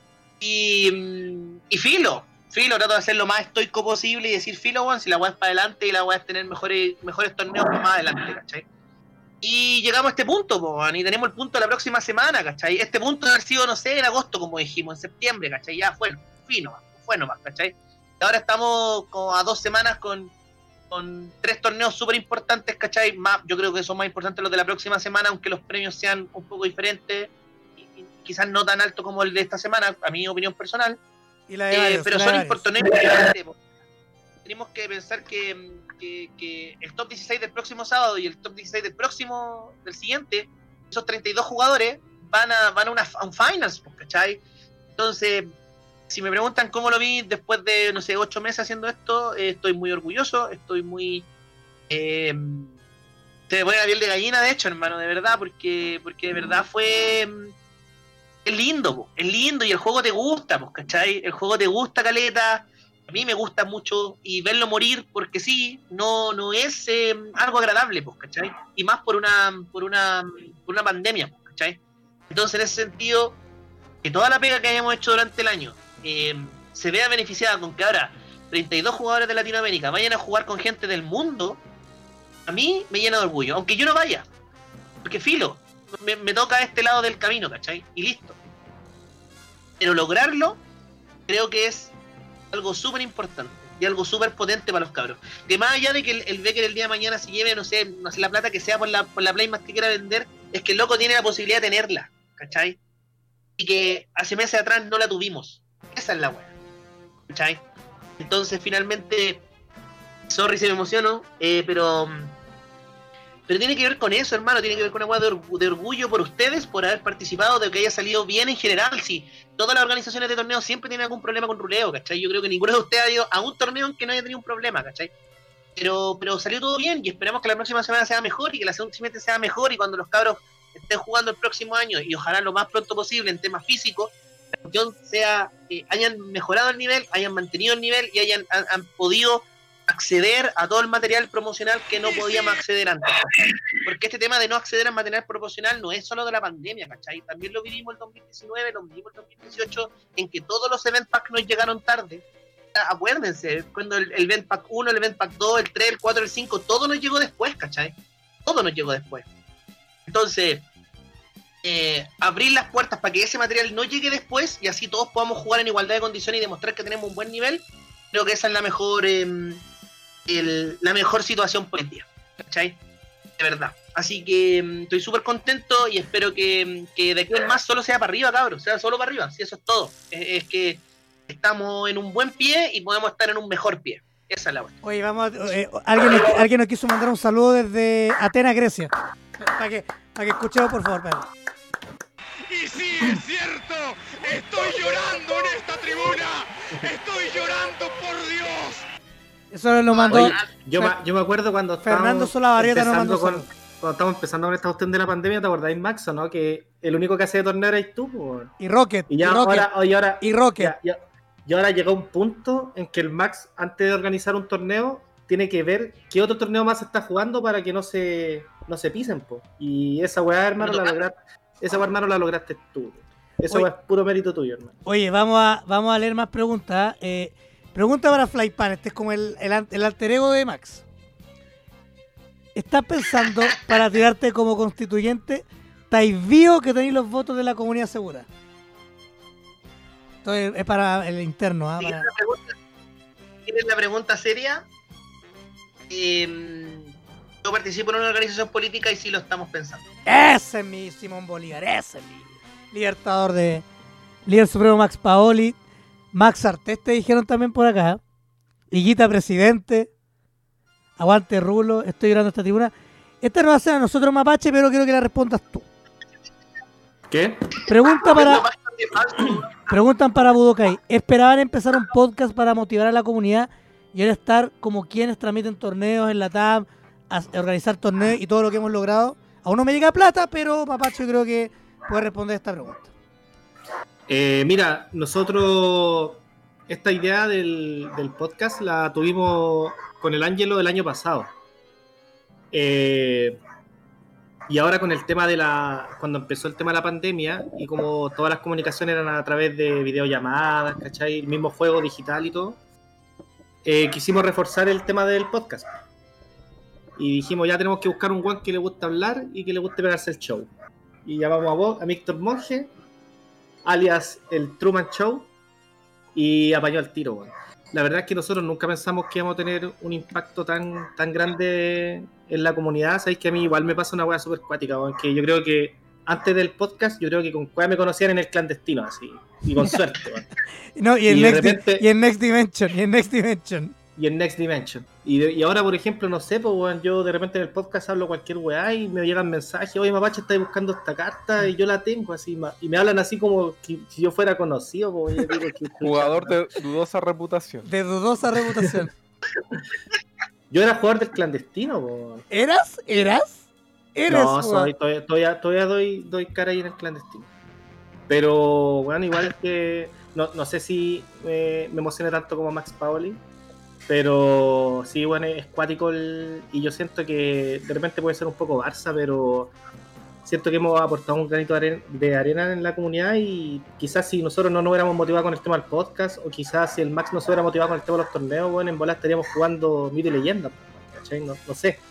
Y, y filo, filo, trato de hacer lo más estoico posible y decir, filo, bueno, si la weá es para adelante y la weá es tener mejores, mejores torneos para más adelante, ¿cachai? Y llegamos a este punto, po, y tenemos el punto de la próxima semana, ¿cachai? Este punto debe haber sido, no sé, en agosto, como dijimos, en septiembre, ¿cachai? Ya fue, fui nomás, fue nomás, ¿cachai? Y ahora estamos como a dos semanas con, con tres torneos súper importantes, ¿cachai? Más, yo creo que son más importantes los de la próxima semana, aunque los premios sean un poco diferentes, y, y quizás no tan alto como el de esta semana, a mi opinión personal. Y la de Eh, varios, pero y la son de varios. torneos importantes, po. Tenemos que pensar que, que, que el top dieciséis del próximo sábado y el top dieciséis del próximo, del siguiente, esos treinta y dos jugadores van a, van a, una, a un finals, ¿cachai? Entonces, si me preguntan cómo lo vi después de, no sé, ocho meses haciendo esto, eh, estoy muy orgulloso, estoy muy... Eh, se me pone la piel de gallina, de hecho, hermano, de verdad, porque, porque de verdad fue... Es lindo, po, es lindo, y el juego te gusta, pues, ¿cachai? El juego te gusta, caleta, a mí me gusta mucho, y verlo morir porque sí, no, no es eh, algo agradable, pues, ¿cachai? Y más por una, por una, por una pandemia, pues, ¿cachai? Entonces, en ese sentido, que toda la pega que hayamos hecho durante el año eh, se vea beneficiada con que ahora treinta y dos jugadores de Latinoamérica vayan a jugar con gente del mundo, a mí me llena de orgullo, aunque yo no vaya, porque filo, me, me toca a este lado del camino, ¿cachai? Y listo. Pero lograrlo, creo que es algo súper importante y algo súper potente para los cabros. Que más allá de que el, el Becker el día de mañana se lleve, no sé, no sé la plata que sea por la, por la Playmat que quiera vender, es que el loco tiene la posibilidad de tenerla, ¿cachai? Y que hace meses atrás no la tuvimos. Esa es la weá, ¿cachai? Entonces, finalmente, sorry si me emociono, eh, pero... Pero tiene que ver con eso, hermano, tiene que ver con una weá de, orgu- de orgullo por ustedes, por haber participado, de que haya salido bien en general. Si todas las organizaciones de torneos siempre tienen algún problema con ruleo, ¿cachai? Yo creo que ninguno de ustedes ha ido a un torneo en que no haya tenido un problema, ¿cachai? Pero, pero salió todo bien, y esperamos que la próxima semana sea mejor, y que la segunda siguiente sea mejor, y cuando los cabros estén jugando el próximo año, y ojalá lo más pronto posible en temas físicos, la cuestión sea, eh, hayan mejorado el nivel, hayan mantenido el nivel, y hayan han, han podido acceder a todo el material promocional que no podíamos acceder antes, ¿cachai? Porque este tema de no acceder al material promocional no es solo de la pandemia, ¿cachai? También lo vivimos el dos mil diecinueve, lo vivimos el dos mil dieciocho, en que todos los event packs nos llegaron tarde. Acuérdense, cuando el, el event pack uno, el event pack dos, el tres, el cuatro, el cinco, todo nos llegó después, ¿cachai? Todo nos llegó después. Entonces, eh, abrir las puertas para que ese material no llegue después y así todos podamos jugar en igualdad de condiciones y demostrar que tenemos un buen nivel, creo que esa es la mejor... Eh, El, la mejor situación por el día, ¿cachai? De verdad. Así que mm, estoy súper contento y espero que, que de aquí en más solo sea para arriba, cabros, sea solo para arriba, si eso es todo. Es, es que estamos en un buen pie y podemos estar en un mejor pie. Esa es la cuestión. Oye, vamos, a- eh, alguien, nos, alguien nos quiso mandar un saludo desde Atenas, Grecia. Para que, para que escuchemos, por favor, Pedro. Y sí, es cierto, estoy llorando en esta tribuna, estoy llorando por Dios. Eso lo mandó Oye, yo, me, yo me acuerdo cuando Fernando estábamos Solabarrieta, nos empezando mandó con, saludos. cuando estábamos empezando con esta cuestión de la pandemia, ¿te acordáis, Max, o no? Que el único que hacía torneo eras tú, po. Y Rocket, Y y, ya Rocket, ahora, y ahora, y Rocket. ya, ya- y ahora llegó un punto en que el Max, antes de organizar un torneo, tiene que ver qué otro torneo más se está jugando para que no se, no se pisen, po. Y esa weá, hermano, la lograste, esa weá, hermano, la lograste tú. Esa Oye. weá es puro mérito tuyo, hermano. Oye, vamos a, vamos a leer más preguntas. Eh, pregunta para Flypan, este es como el, el, an- el alter ego de Max. ¿Estás pensando para tirarte como constituyente? ¿Estáis vivos que tenéis los votos de la comunidad segura? Entonces es para el interno, ¿ah? Si Para- ¿Quieres la pregunta, ¿quieres la pregunta seria? Eh, yo participo en una organización política y sí lo estamos pensando. Ese es mi Simón Bolívar, ese es mi libertador de líder supremo Max Paoli, Max Artés te dijeron también por acá, Higuita presidente, aguante Rulo, estoy llorando esta tribuna. Esta no va a ser a nosotros Mapache, pero quiero que la respondas tú. ¿Qué? Pregunta para, Bastante falso. preguntan para Budokai, ¿esperaban empezar un podcast para motivar a la comunidad y ahora estar como quienes transmiten torneos en la T A M, a- organizar torneos y todo lo que hemos logrado. Aún no me llega plata, pero Mapache creo que puede responder esta pregunta. Eh, mira, nosotros esta idea del, del podcast la tuvimos con el Ángelo el año pasado. Eh, y ahora con el tema de la... Cuando empezó el tema de la pandemia y como todas las comunicaciones eran a través de videollamadas, ¿cachai? El mismo juego digital y todo, eh, quisimos reforzar el tema del podcast. Y dijimos, ya tenemos que buscar un guan que le guste hablar y que le guste pegarse el show. Y llamamos a vos, a Víctor Monge, alias el Truman Show, y apañó al tiro, weón. La verdad es que nosotros nunca pensamos que íbamos a tener un impacto tan, tan grande en la comunidad. Sabéis que a mí igual me pasa una weá súper cuática, weón, que yo creo que antes del podcast, yo creo que con cuál me conocían en el clandestino, así, y con suerte, weón. No, y en, Y de Next, Di- repente- y en Next Dimension, y en Next Dimension. Y en Next Dimension. Y, de- y ahora, por ejemplo, no sé, pues, weón, yo de repente en el podcast hablo cualquier weá y me llegan mensajes, oye, Mapache, estáis buscando esta carta y yo la tengo, así, ma- y me hablan así como que, si yo fuera conocido, pues, yo digo que- Jugador de dudosa reputación. De dudosa reputación. Yo era jugador del clandestino, pues. ¿Eras? ¿Eras? ¿Eres? No, weón? soy, todavía, todavía, todavía doy, doy cara ahí en el clandestino. Pero, bueno, igual es que no, no sé si eh, me emociona tanto como Max Paoli, pero sí, bueno, es cuático el, y yo siento que de repente puede ser un poco Barça, pero siento que hemos aportado un granito de arena, de arena en la comunidad y quizás si nosotros no nos hubiéramos motivado con el tema del podcast o quizás si el Max no se hubiera motivado con el tema de los torneos, bueno, en bola estaríamos jugando mito y leyenda, ¿cachai? No, no sé.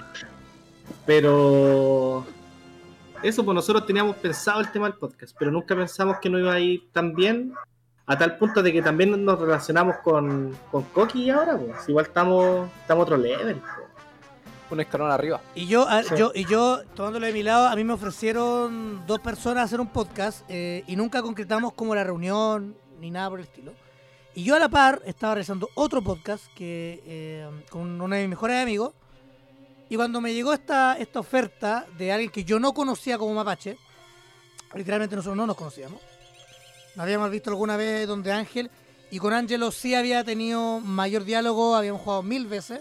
Pero eso, pues nosotros teníamos pensado el tema del podcast, pero nunca pensamos que no iba a ir tan bien, a tal punto de que también nos relacionamos con, con Coqui ahora, pues igual estamos, estamos a otro level. Pues. Un escalón arriba. Y yo, a- Sí. yo, y yo, tomándolo de mi lado, a mí me ofrecieron dos personas hacer un podcast eh, y nunca concretamos como la reunión ni nada por el estilo. Y yo a la par estaba realizando otro podcast que eh, con uno de mis mejores amigos. Y cuando me llegó esta, esta oferta de alguien que yo no conocía como Mapache, literalmente nosotros no nos conocíamos. Nos habíamos visto alguna vez donde Ángel, y con Ángelo sí había tenido mayor diálogo, habíamos jugado mil veces.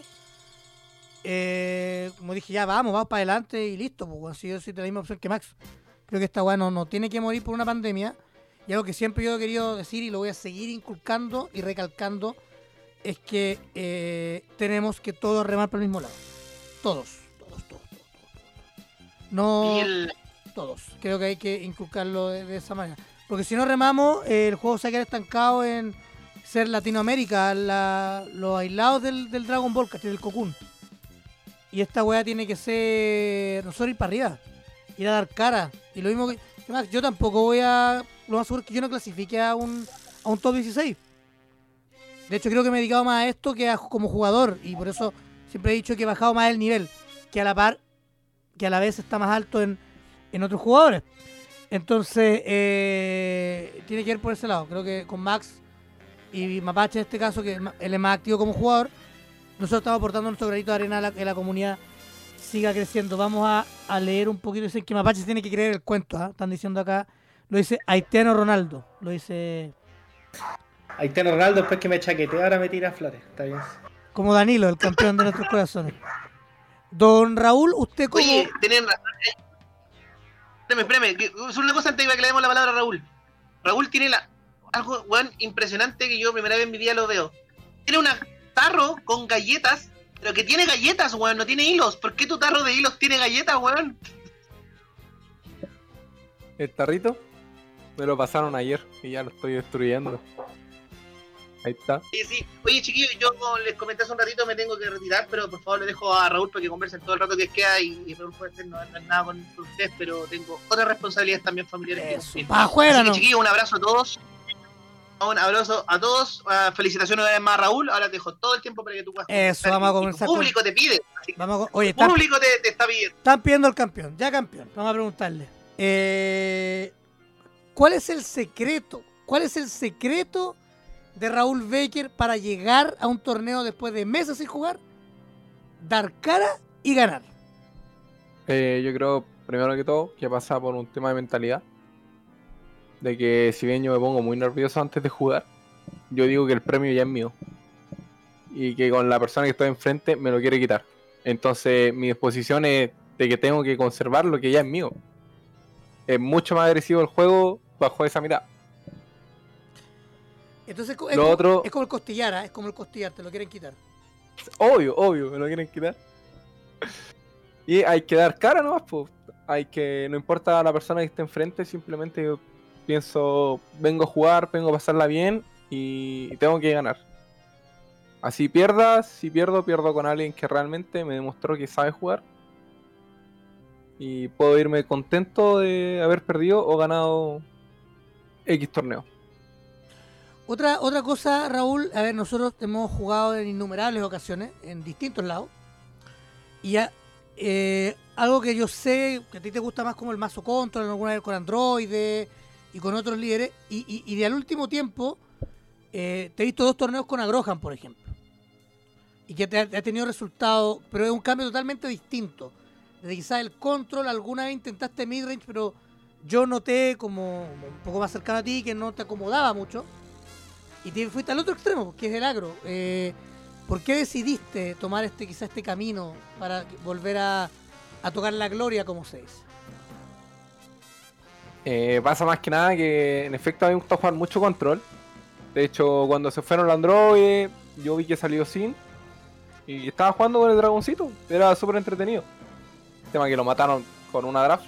Eh, como dije, ya vamos, vamos para adelante y listo. Pues, bueno, si yo soy de la misma opción que Max. Creo que esta weá no, no tiene que morir por una pandemia. Y algo que siempre yo he querido decir y lo voy a seguir inculcando y recalcando es que eh, tenemos que todos remar por el mismo lado. Todos, todos, todos, todos, todos. No Y el- todos. Creo que hay que inculcarlo de, de esa manera. Porque si no remamos, eh, el juego se va a quedar estancado en ser Latinoamérica, la- los aislados del, del Dragon Ball, ¿cachai? Del Cocoon. Y esta weá tiene que ser nosotros ir para arriba, ir a dar cara. Y lo mismo que, que Max, yo tampoco voy a. Lo más seguro es que yo no clasifique a un, a un top dieciséis. De hecho, creo que me he dedicado más a esto que a, como jugador. Y por eso siempre he dicho que he bajado más el nivel, que a la par, que a la vez está más alto en, en otros jugadores. Entonces, eh, tiene que ir por ese lado. Creo que con Max y Mapache en este caso, que él es más activo como jugador, nosotros estamos aportando nuestro granito de arena a la, que la comunidad siga creciendo. Vamos a, a leer un poquito. Dicen que Mapache tiene que creer el cuento. ¿Ah? Están diciendo acá. Lo dice Haitiano Ronaldo. Lo dice Haitiano Ronaldo, después que me chaquetea, ahora me tira flores. Está bien. como Danilo, el campeón de nuestros corazones. Don Raúl, ¿usted cómo? Oye, tienen razón. eh. Espérame, espérame. que- Es una cosa antes de que le demos la palabra a Raúl. Raúl tiene la, algo, weón, impresionante que yo primera vez en mi vida lo veo. Tiene un tarro con galletas, pero que tiene galletas, weón, no tiene hilos. ¿Por qué tu tarro de hilos tiene galletas, weón? El tarrito me lo pasaron ayer y ya lo estoy destruyendo. Ahí está. Sí, sí. Oye, chiquillos, yo como les comenté hace un ratito, me tengo que retirar, pero por favor le dejo a Raúl para que conversen todo el rato que queda y, y Raúl puede ser no no es nada con, con ustedes, pero tengo otras responsabilidades también familiares que Eso, cumplir. pa' afuera, Así que, ¿no? chiquillos, un abrazo a todos. Un abrazo a todos. Uh, felicitaciones una vez más a Raúl. Ahora te dejo todo el tiempo para que tú puedas Eso, conversar vamos a y- y conversar tu con- público te pide. Vamos a- Oye, El están, público te, te está pidiendo. están pidiendo el campeón. Ya campeón. Vamos a preguntarle. Eh, ¿Cuál es el secreto? ¿Cuál es el secreto de Raúl Baker para llegar a un torneo después de meses sin jugar, dar cara y ganar? Eh, yo creo, primero que todo, que pasa por un tema de mentalidad. De que si bien yo me pongo muy nervioso antes de jugar, yo digo que el premio ya es mío. y que con la persona que estoy enfrente me lo quiere quitar. Entonces mi disposición es de que tengo que conservar lo que ya es mío. Es mucho más agresivo el juego bajo esa mitad. Entonces es, Lo como, otro- es como el costillar, ¿ah? Es como el costillar, te lo quieren quitar. Obvio, obvio, me lo quieren quitar. Y hay que dar cara nomás, pues. Hay que, no importa la persona que esté enfrente, simplemente yo pienso, vengo a jugar, vengo a pasarla bien y tengo que ganar. Así pierdas, si pierdo, pierdo con alguien que realmente me demostró que sabe jugar. Y puedo irme contento de haber perdido o ganado X torneo. Otra, otra cosa, Raúl, a ver, nosotros hemos jugado en innumerables ocasiones, en distintos lados. Y ya, eh, algo que yo sé, que a ti te gusta más como el mazo control, alguna vez con Android y con otros líderes. Y, y, y de al último tiempo, eh, te he visto dos torneos con Agrohan, por ejemplo. Y que te ha, ha tenido resultados, pero es un cambio totalmente distinto. Desde quizás el control, alguna vez intentaste midrange, pero yo noté como, como un poco más cercano a ti que no te acomodaba mucho. Y te fuiste al otro extremo, que es el agro. Eh, ¿Por qué decidiste tomar este quizás este camino para volver a, a tocar la gloria, como se dice? Eh, pasa más que nada que en efecto a mí me gusta jugar mucho control. De hecho, cuando se fueron los androides, yo vi que salió Sin y estaba jugando con el dragoncito. Era súper entretenido. El tema que lo mataron con una draft.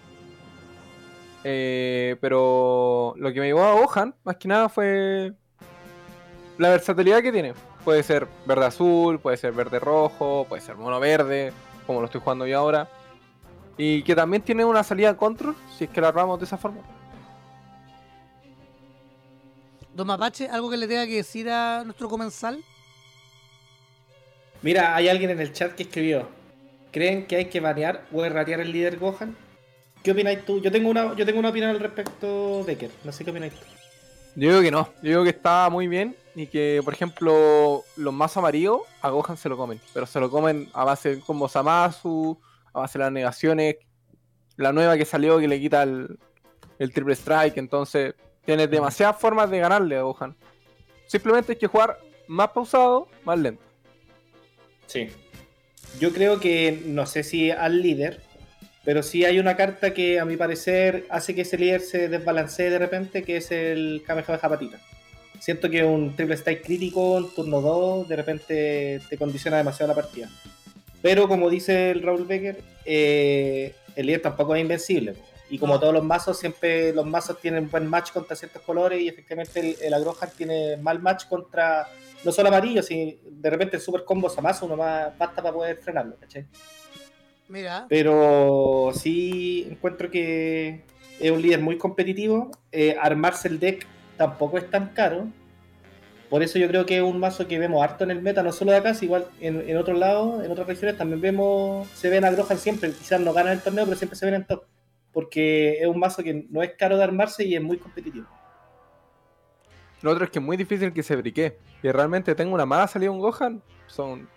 Eh, pero lo que me llevó a Gohan, más que nada, fue la versatilidad que tiene. Puede ser verde azul, puede ser verde rojo, puede ser mono verde, como lo estoy jugando yo ahora. Y que también tiene una salida control, si es que la armamos de esa forma. Don Mapache, ¿algo que le tenga que decir a nuestro comensal? Mira, hay alguien en el chat que escribió: ¿creen que hay que banear o erratear el líder Gohan? ¿Qué opináis tú? Yo tengo una, yo tengo una opinión al respecto, Becker. No sé qué opináis tú. Yo digo que no, yo digo que está muy bien y que, por ejemplo, los mazos amarillos a Gohan se lo comen, pero se lo comen a base de combos Zamasu, a base de las negaciones, la nueva que salió que le quita el, el triple strike, entonces tienes demasiadas formas de ganarle a Gohan. Simplemente hay que jugar más pausado, más lento. Sí. Yo creo que, no sé si al líder, pero sí hay una carta que a mi parecer hace que ese líder se desbalancee de repente, que es el Kamehameha Patita. Siento que un triple strike crítico en turno dos de repente te condiciona demasiado la partida. Pero como dice el Raúl Becker, eh, el líder tampoco es invencible. Y como todos los mazos, siempre los mazos tienen buen match contra ciertos colores y efectivamente el, el Agrohan tiene mal match contra no solo amarillo, sino de repente el super combo Zamasu uno más basta para poder frenarlo, ¿cachai? Mira, Pero sí encuentro que es un líder muy competitivo. Eh, armarse el deck tampoco es tan caro. Por eso yo creo que es un mazo que vemos harto en el meta, no solo de acá, sino igual en, en otros lados, en otras regiones también vemos, se ven a Grohan siempre, quizás no ganan el torneo, pero siempre se ven en top. Porque es un mazo que no es caro de armarse y es muy competitivo. Lo otro es que es muy difícil que se briquee. Y realmente tengo una mala salida un Gohan, son...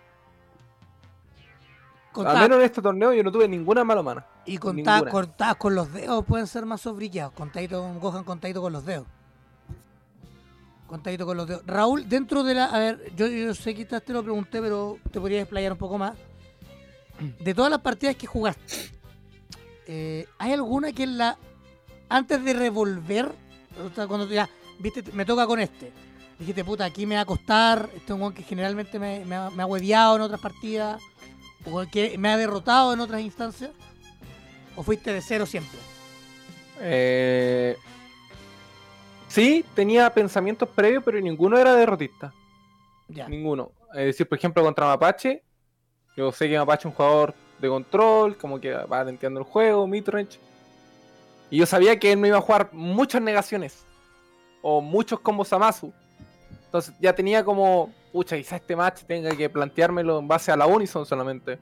contá- Al menos en este torneo yo no tuve ninguna mala mana. y contadas ninguna. contadas con los dedos pueden ser mazos briqueados. Contadito con Gohan, contadito con los dedos. Contadito con los dedos. Raúl, dentro de la... A ver, yo, yo sé que te lo pregunté, pero te podría explayar un poco más. De todas las partidas que jugaste, eh, ¿hay alguna que en la... antes de revolver, o sea, cuando ya, viste, me toca con este, dijiste, puta, aquí me va a costar, este es un weón que generalmente me, me, ha, me ha hueveado en otras partidas, o que me ha derrotado en otras instancias, o fuiste de cero siempre? Eh... Sí, tenía pensamientos previos, pero ninguno era derrotista. Ya. Ninguno. Es decir, por ejemplo, contra Mapache, yo sé que Mapache es un jugador de control, como que va entendiendo el juego, midrange. Y yo sabía que él me iba a jugar muchas negaciones. O muchos combos Zamasu. Entonces ya tenía como, pucha, quizá este match tenga que planteármelo en base a la Unison solamente.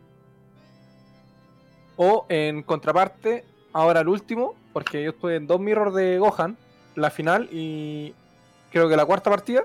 O en contraparte, ahora el último, porque yo estuve en dos mirrors de Gohan, la final y creo que la cuarta partida,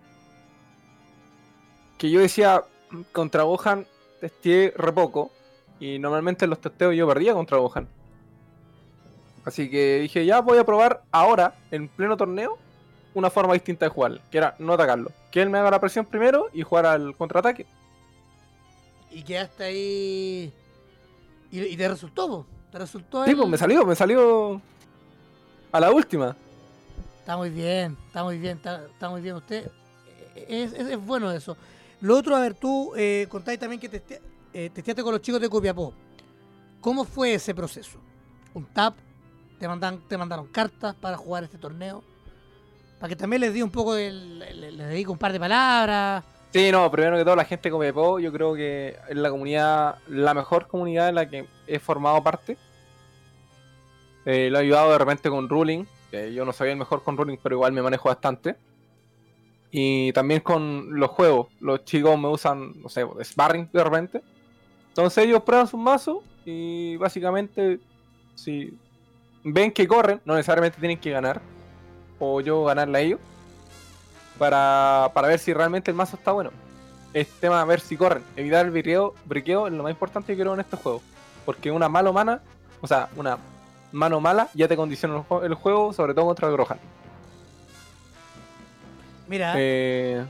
que yo decía, contra Gohan testeé re poco y normalmente en los testeos yo perdía contra Gohan. Así que dije, ya voy a probar ahora, en pleno torneo, una forma distinta de jugar, que era no atacarlo. Que él me haga la presión primero y jugar al contraataque. Y quedaste ahí. Y, y te resultó, po. Te resultó. Sí, el- pues me salió, me salió a la última. Está muy bien, está muy bien, está, está muy bien usted. Es, es, es bueno eso. Lo otro, a ver, tú eh, contáis también que teste, eh, testeaste con los chicos de Copiapó. ¿Cómo fue ese proceso? ¿Un tap? ¿Te, mandan, te mandaron cartas para jugar este torneo? Para que también les di un poco, de, le- le- les dedico un par de palabras. Sí, no, primero que todo la gente de Copiapó, yo creo que es la comunidad, la mejor comunidad en la que he formado parte. Eh, lo he ayudado de repente con Ruling, que yo no soy el mejor con Ruling, pero igual me manejo bastante. Y también con los juegos, los chicos me usan, no sé, sparring de repente. Entonces ellos prueban sus mazos y básicamente si ven que corren, no necesariamente tienen que ganar, o yo ganarle a ellos. Para, para ver si realmente el mazo está bueno. Es tema de ver si corren. Evitar el briqueo, briqueo es lo más importante que creo en estos juegos. Porque una mala mana, o sea, una mano mala ya te condiciona el, jue- el juego, sobre todo contra el Grohan. Mira, Eh,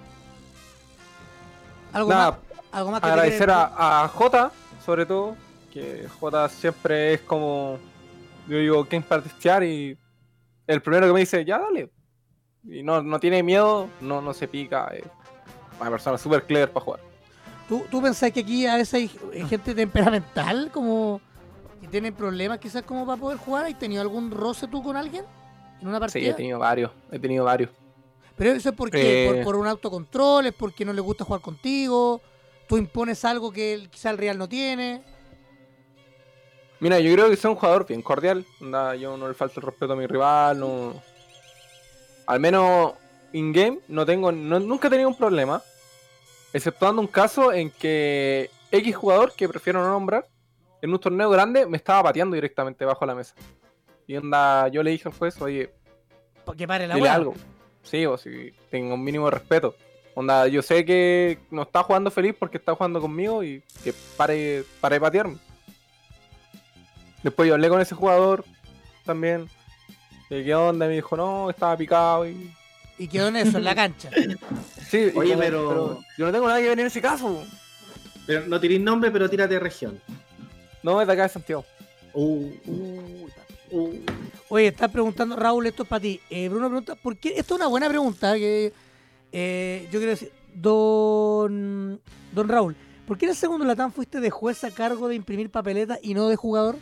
algo, nada, más, algo más que te agradecer quieren- a, a Jota, sobre todo. Que Jota siempre es como, yo digo, ¿quién para testear? Y el primero que me dice, ya dale. Y no, no tiene miedo, no, no se pica. Es una persona súper clever para jugar. ¿Tú, ¿Tú pensás que aquí a veces hay hay gente temperamental como que tienen problemas quizás como para poder jugar? ¿Has tenido algún roce tú con alguien en una Sí, partida? he tenido varios, he tenido varios. Pero eso es porque Eh. por, por un autocontrol, es porque no le gusta jugar contigo, tú impones algo que el- quizá el Real no tiene. Mira, yo creo que soy un jugador bien cordial. Onda, yo no le falto el respeto a mi rival, no. Al menos in-game no tengo, no- nunca he tenido un problema. Exceptuando un caso en que X jugador, que prefiero no nombrar, en un torneo grande me estaba pateando directamente bajo la mesa. Y onda, yo le dije al juez, oye, Para que pare la dile hueá. algo. Sí, o si tengo un mínimo de respeto. Onda, yo sé que no está jugando feliz porque está jugando conmigo y que pare, pare de patearme. Después yo hablé con ese jugador también. de ¿Qué onda? Y me dijo, no, estaba picado y... Y quedó en eso, en la cancha. Sí, y Oye, como- pero- yo no tengo nada que ver en ese caso. Pero no tirís nombre, pero tírate de región. No, es de acá de Santiago. Uh, Uy, papi. uh. Oye, estás preguntando, Raúl, esto es para ti. Eh, Bruno pregunta, ¿por qué? Esto es una buena pregunta que eh, yo quiero decir. Don, don Raúl, ¿por qué en el segundo Latam fuiste de juez a cargo de imprimir papeletas y no de jugador?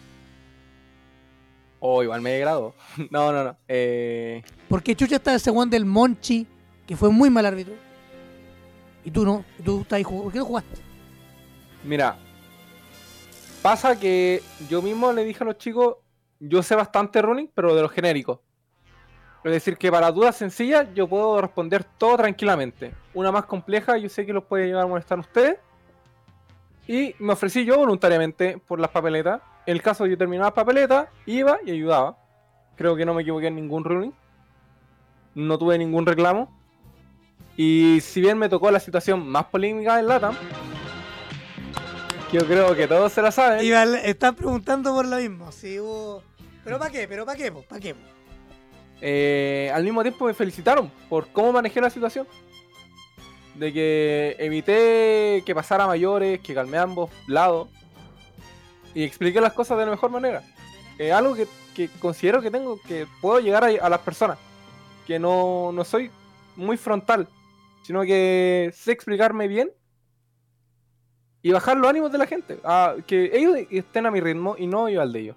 Oh, igual me degrado. No, no, no. Eh... ¿Por qué Chucha está de segundo del Monchi, que fue muy mal árbitro? Y tú no, y tú estás ahí jugando. ¿Por qué no jugaste? Mira, pasa que yo mismo le dije a los chicos, yo sé bastante running, pero de los genéricos. Es decir, que para dudas sencillas yo puedo responder todo tranquilamente. Una más compleja yo sé que los puede llegar a molestar a ustedes. Y me ofrecí yo voluntariamente por las papeletas. En el caso de yo terminaba las papeletas, iba y ayudaba. Creo que no me equivoqué en ningún running. No tuve ningún reclamo. Y si bien me tocó la situación más polémica del LATAM, yo creo que todos se la saben. Iván, están preguntando por lo mismo. Si hubo... ¿Pero para qué? ¿Pero para qué? ¿Para qué? Eh, al mismo tiempo me felicitaron por cómo manejé la situación. De que evité que pasara a mayores, que calmé a ambos lados. Y expliqué las cosas de la mejor manera. Eh, algo que, que considero que tengo, que puedo llegar a, a las personas. Que no, no soy muy frontal, sino que sé explicarme bien y bajar los ánimos de la gente. A, que ellos estén a mi ritmo y no yo al de ellos.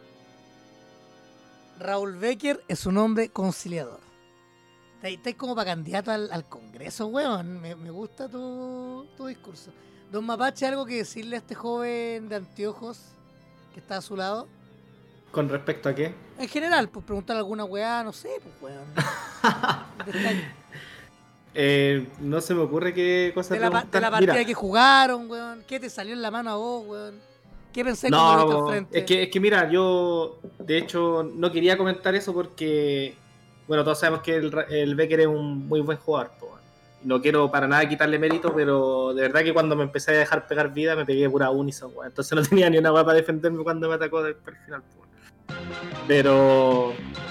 Raúl Becker es un hombre conciliador. Estás como para candidato al, al Congreso, weón. Me, me gusta tu, tu discurso. Don Mapache, ¿algo que decirle a este joven de anteojos que está a su lado? ¿Con respecto a qué? En general, pues preguntar alguna weá, no sé, pues weón. De, Eh, no se me ocurre qué cosa de la, pa- de preguntar. la partida Mira, que jugaron, weón. ¿Qué te salió en la mano a vos, weón? ¿Qué pensé cuando lo viste al no, frente? es que, es que mira, yo de hecho no quería comentar eso porque, bueno, todos sabemos que el, Ra- el Becker es un muy buen jugador. Po. No quiero para nada quitarle mérito, pero de verdad que cuando me empecé a dejar pegar vida me pegué pura unison, weón. Entonces no tenía ni una weá para defenderme cuando me atacó desde el final. Po. Pero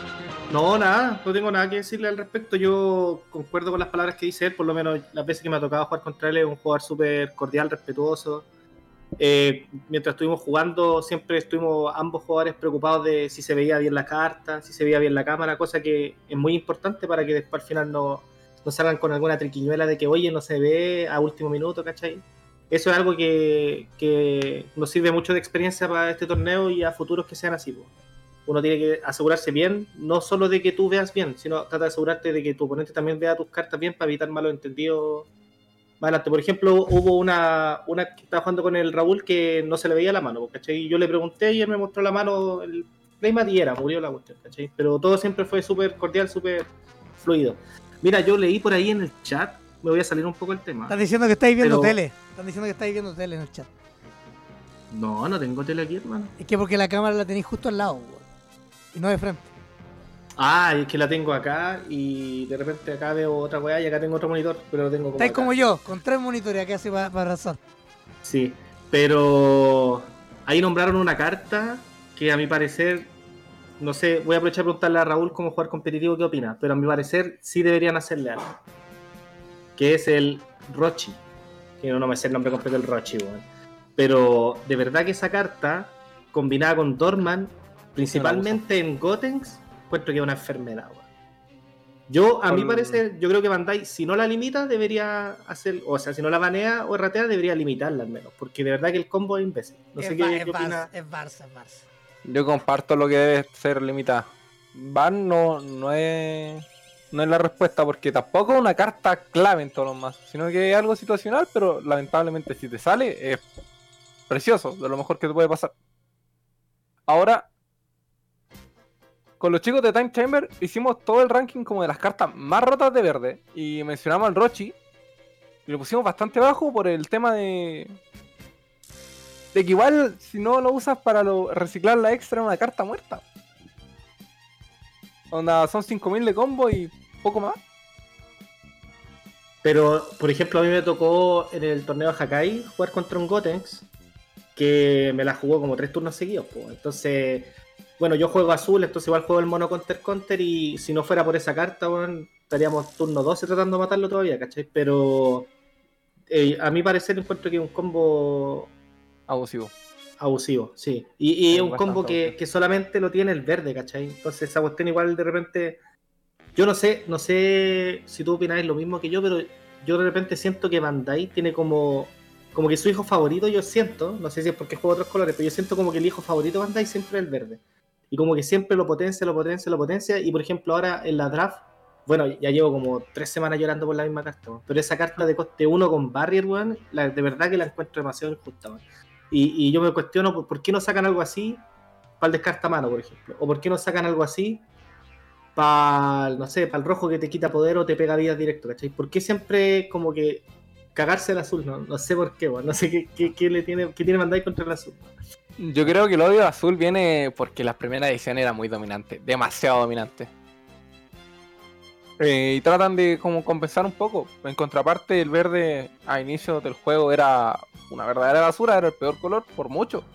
No, nada, no tengo nada que decirle al respecto. Yo concuerdo con las palabras que dice él, por lo menos las veces que me ha tocado jugar contra él, es un jugador súper cordial, respetuoso. Eh, mientras estuvimos jugando, siempre estuvimos ambos jugadores preocupados de si se veía bien la carta, si se veía bien la cámara, cosa que es muy importante para que después al final no, no salgan con alguna triquiñuela de que, oye, no se ve a último minuto, ¿cachai? Eso es algo que, que nos sirve mucho de experiencia para este torneo y a futuros que sean así, pues. Uno tiene que asegurarse bien, no solo de que tú veas bien, sino trata de asegurarte de que tu oponente también vea tus cartas bien para evitar malos entendidos más adelante. Por ejemplo, hubo una, una que estaba jugando con el Raúl que no se le veía la mano, ¿cachai? Y yo le pregunté y él me mostró la mano, el playmat y era, murió la cuestión, ¿cachai? Pero todo siempre fue súper cordial, súper fluido. Mira, yo leí por ahí en el chat, me voy a salir un poco del tema. Están diciendo que estáis viendo Pero- tele. Están diciendo que estáis viendo tele en el chat. No, no tengo tele aquí, hermano. Es que porque la cámara la tenéis justo al lado, weón. Y no de frente. Ah, es que la tengo acá y de repente acá veo otra weá y acá tengo otro monitor, pero lo tengo como Estáis acá. como yo, con tres monitores acá así para, para razón. Sí, pero ahí nombraron una carta que a mi parecer, no sé, voy a aprovechar de preguntarle a Raúl cómo jugar competitivo, qué opina, pero a mi parecer sí deberían hacerle algo, que es el Rochi, que no, no me sé el nombre completo del Rochi, weón. Pero de verdad que esa carta, combinada con Dorman, principalmente en Gotenks, encuentro que es una enfermedad, weón. Yo, a Con- mi parecer, yo creo que Bandai, si no la limita, debería hacer, o sea, si no la banea o erratea, debería limitarla al menos, porque de verdad que el combo es imbécil. No sé es, qué, Bar- qué es, opina. Barça, es Barça, es Barça. Yo comparto lo que debe ser limitada. Ban no, no es no es la respuesta porque tampoco es una carta clave en todos los mazos, sino que es algo situacional, pero lamentablemente si te sale es precioso, de lo mejor que te puede pasar. Ahora, con los chicos de Time Chamber hicimos todo el ranking como de las cartas más rotas de verde y mencionamos al Rochi y lo pusimos bastante bajo por el tema de de que igual si no lo usas para lo, reciclar la extra es una carta muerta. Onda, son cinco mil de combo y poco más. Pero, por ejemplo, a mí me tocó en el torneo de Hakai jugar contra un Gotenks que me la jugó como tres turnos seguidos, pues. Entonces, bueno, yo juego azul, entonces igual juego el mono counter counter y si no fuera por esa carta, bueno, estaríamos turno doce tratando de matarlo todavía, ¿cachai? Pero eh, a mi parecer encuentro que es un combo Abusivo. abusivo, sí. Y, y Sí, es un bastante combo que, abusivo. que solamente lo tiene el verde, ¿cachai? Entonces esa cuestión igual de repente... Yo no sé, no sé si tú opináis lo mismo que yo, pero yo de repente siento que Bandai tiene como... Como que su hijo favorito, yo siento, no sé si es porque juego otros colores, pero yo siento como que el hijo favorito de Bandai siempre es el verde. Y como que siempre lo potencia, lo potencia, lo potencia. Y por ejemplo ahora en la draft, bueno, ya llevo como tres semanas llorando por la misma carta, weón. Pero esa carta de coste uno con Barrier, weón, la, de verdad que la encuentro demasiado injusta, weón. Y, y yo me cuestiono por, por qué no sacan algo así para el descarta mano, por ejemplo. O por qué no sacan algo así para, no sé, para el rojo que te quita poder o te pega vida directo, ¿cachai? ¿Por qué siempre como que cagarse el azul? No, no sé por qué, weón. No sé qué, qué, qué le tiene, qué tiene Bandai contra el azul. Yo creo que el odio azul viene porque las primeras ediciones eran muy dominantes, demasiado dominantes. Eh, y tratan de como compensar un poco. En contraparte, el verde a inicio del juego era una verdadera basura, era el peor color por mucho.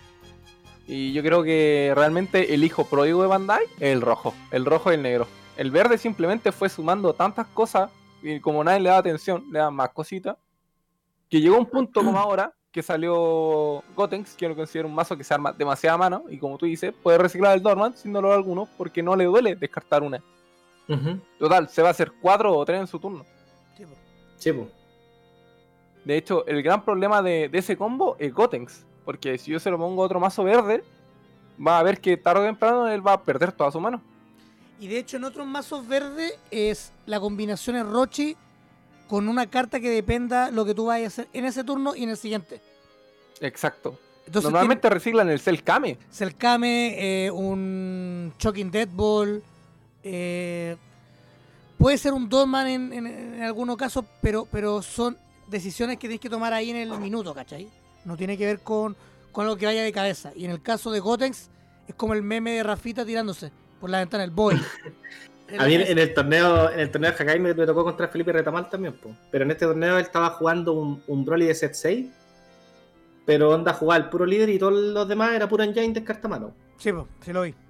Y yo creo que realmente el hijo pródigo de Bandai es el rojo, el rojo y el negro. El verde simplemente fue sumando tantas cosas y como nadie le da atención, le da más cositas, que llegó a un punto como ahora que salió Gotenks, que yo lo considero un mazo que se arma demasiada mano y como tú dices, puede reciclar el Dormant sin dolor alguno porque no le duele descartar una. Uh-huh. Total, se va a hacer cuatro o tres en su turno. Sí, po. Sí, pues. De hecho, el gran problema de, de ese combo es Gotenks. Porque si yo se lo pongo a otro mazo verde, va a ver que tarde o temprano él va a perder toda su mano. Y de hecho en otros mazos verdes es la combinación en Rochi con una carta que dependa lo que tú vayas a hacer en ese turno y en el siguiente. Exacto. Entonces Normalmente reciclan el Cell Kame. tiene Selkame, eh, un Shocking Deadball, eh, puede ser un Dorman en, en, en algunos casos, pero, pero son decisiones que tienes que tomar ahí en el minuto, ¿cachai? No tiene que ver con, con algo que vaya de cabeza. Y en el caso de Gotenks, es como el meme de Rafita tirándose por la ventana, el boy. A mí en el torneo, en el torneo de Hakai me, me tocó contra Felipe Retamal también, po. Pero en este torneo él estaba jugando un, un Broly de set seis, pero onda jugaba el puro líder y todos los demás era puro engine descarta mano. Sí, po, sí lo vi.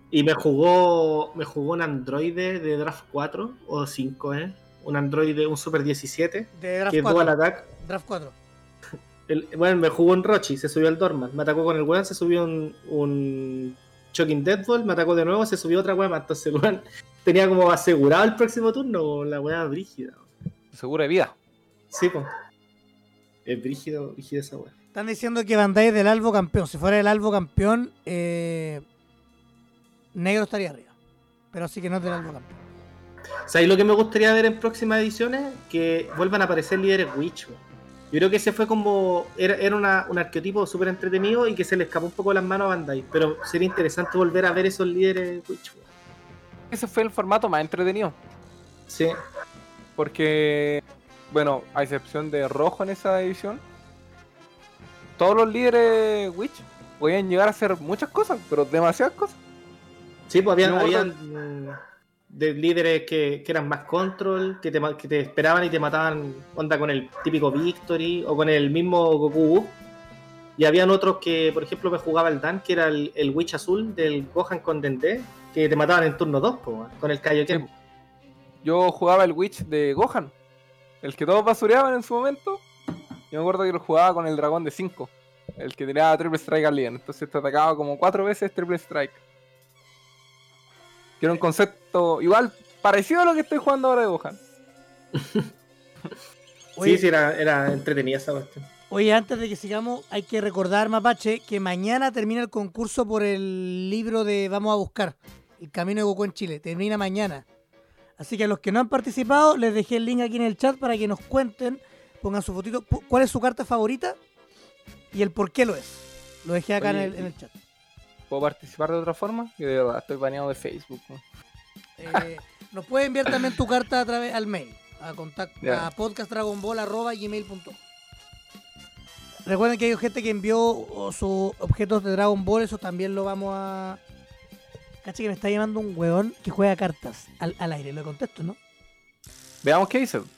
Y me jugó me jugó un androide de Draft cuatro o cinco, ¿eh? Un androide, un Super diecisiete, De Draft que es cuatro. Dual Attack. Draft cuatro. El- bueno, me jugó un Rochi, se subió al Dorman, me atacó con el weón, se subió un, un Shocking Deadball, me atacó de nuevo, se subió otra weá más. Entonces el weón tenía como asegurado el próximo turno, la weá brígida. Seguro de vida. Sí, pues. Es brígido, brígida esa weá. Están diciendo que Bandai es del Albo campeón. Si fuera el Albo campeón, eh, Negro estaría arriba. Pero así que no es del Albo campeón. ¿Sabéis lo que me gustaría ver en próximas ediciones? Que vuelvan a aparecer líderes Witch, weón. Yo creo que ese fue como. Era, era una, un arquetipo súper entretenido y que se le escapó un poco de las manos a Bandai. Pero sería interesante volver a ver esos líderes Witch, weón. Ese fue el formato más entretenido. Sí. Porque, bueno, a excepción de Rojo en esa edición, todos los líderes Witch podían llegar a hacer muchas cosas, pero demasiadas cosas. Sí, pues habían, No, habían mm, de líderes que, que eran más control, que te, ma- que te esperaban y te mataban onda con el típico Victory o con el mismo Goku. Y habían otros que, por ejemplo, me jugaba el Dan, que era el, el Witch azul del Gohan con Dende, que te mataban en turno dos, po, con el Kaioken. Sí. Yo jugaba el Witch de Gohan, el que todos basureaban en su momento. Yo me acuerdo que lo jugaba con el dragón de cinco, el que tiraba Triple Strike al líder. Entonces te atacaba como cuatro veces Triple Strike. Que era un concepto igual parecido a lo que estoy jugando ahora de Gohan. Oye, Sí, sí, era, era entretenida esa cuestión. Oye, antes de que sigamos, hay que recordar, Mapache, que mañana termina el concurso por el libro de Vamos a Buscar, El Camino de Goku en Chile. Termina mañana. Así que a los que no han participado, les dejé el link aquí en el chat para que nos cuenten, pongan su fotito, pu- cuál es su carta favorita y el por qué lo es. Lo dejé acá Oye, en, el, en el chat. ¿Puedo participar de otra forma? Que de verdad estoy baneado de Facebook, ¿no? Eh, nos puedes enviar también tu carta a través al mail, a contacto Ya. a podcastdragonball arroba gmail punto com. Recuerden que hay gente que envió oh, sus objetos de Dragon Ball, eso también lo vamos a... Caché que me está llamando un hueón que juega cartas al, al aire, lo contesto, ¿no? Veamos qué dice.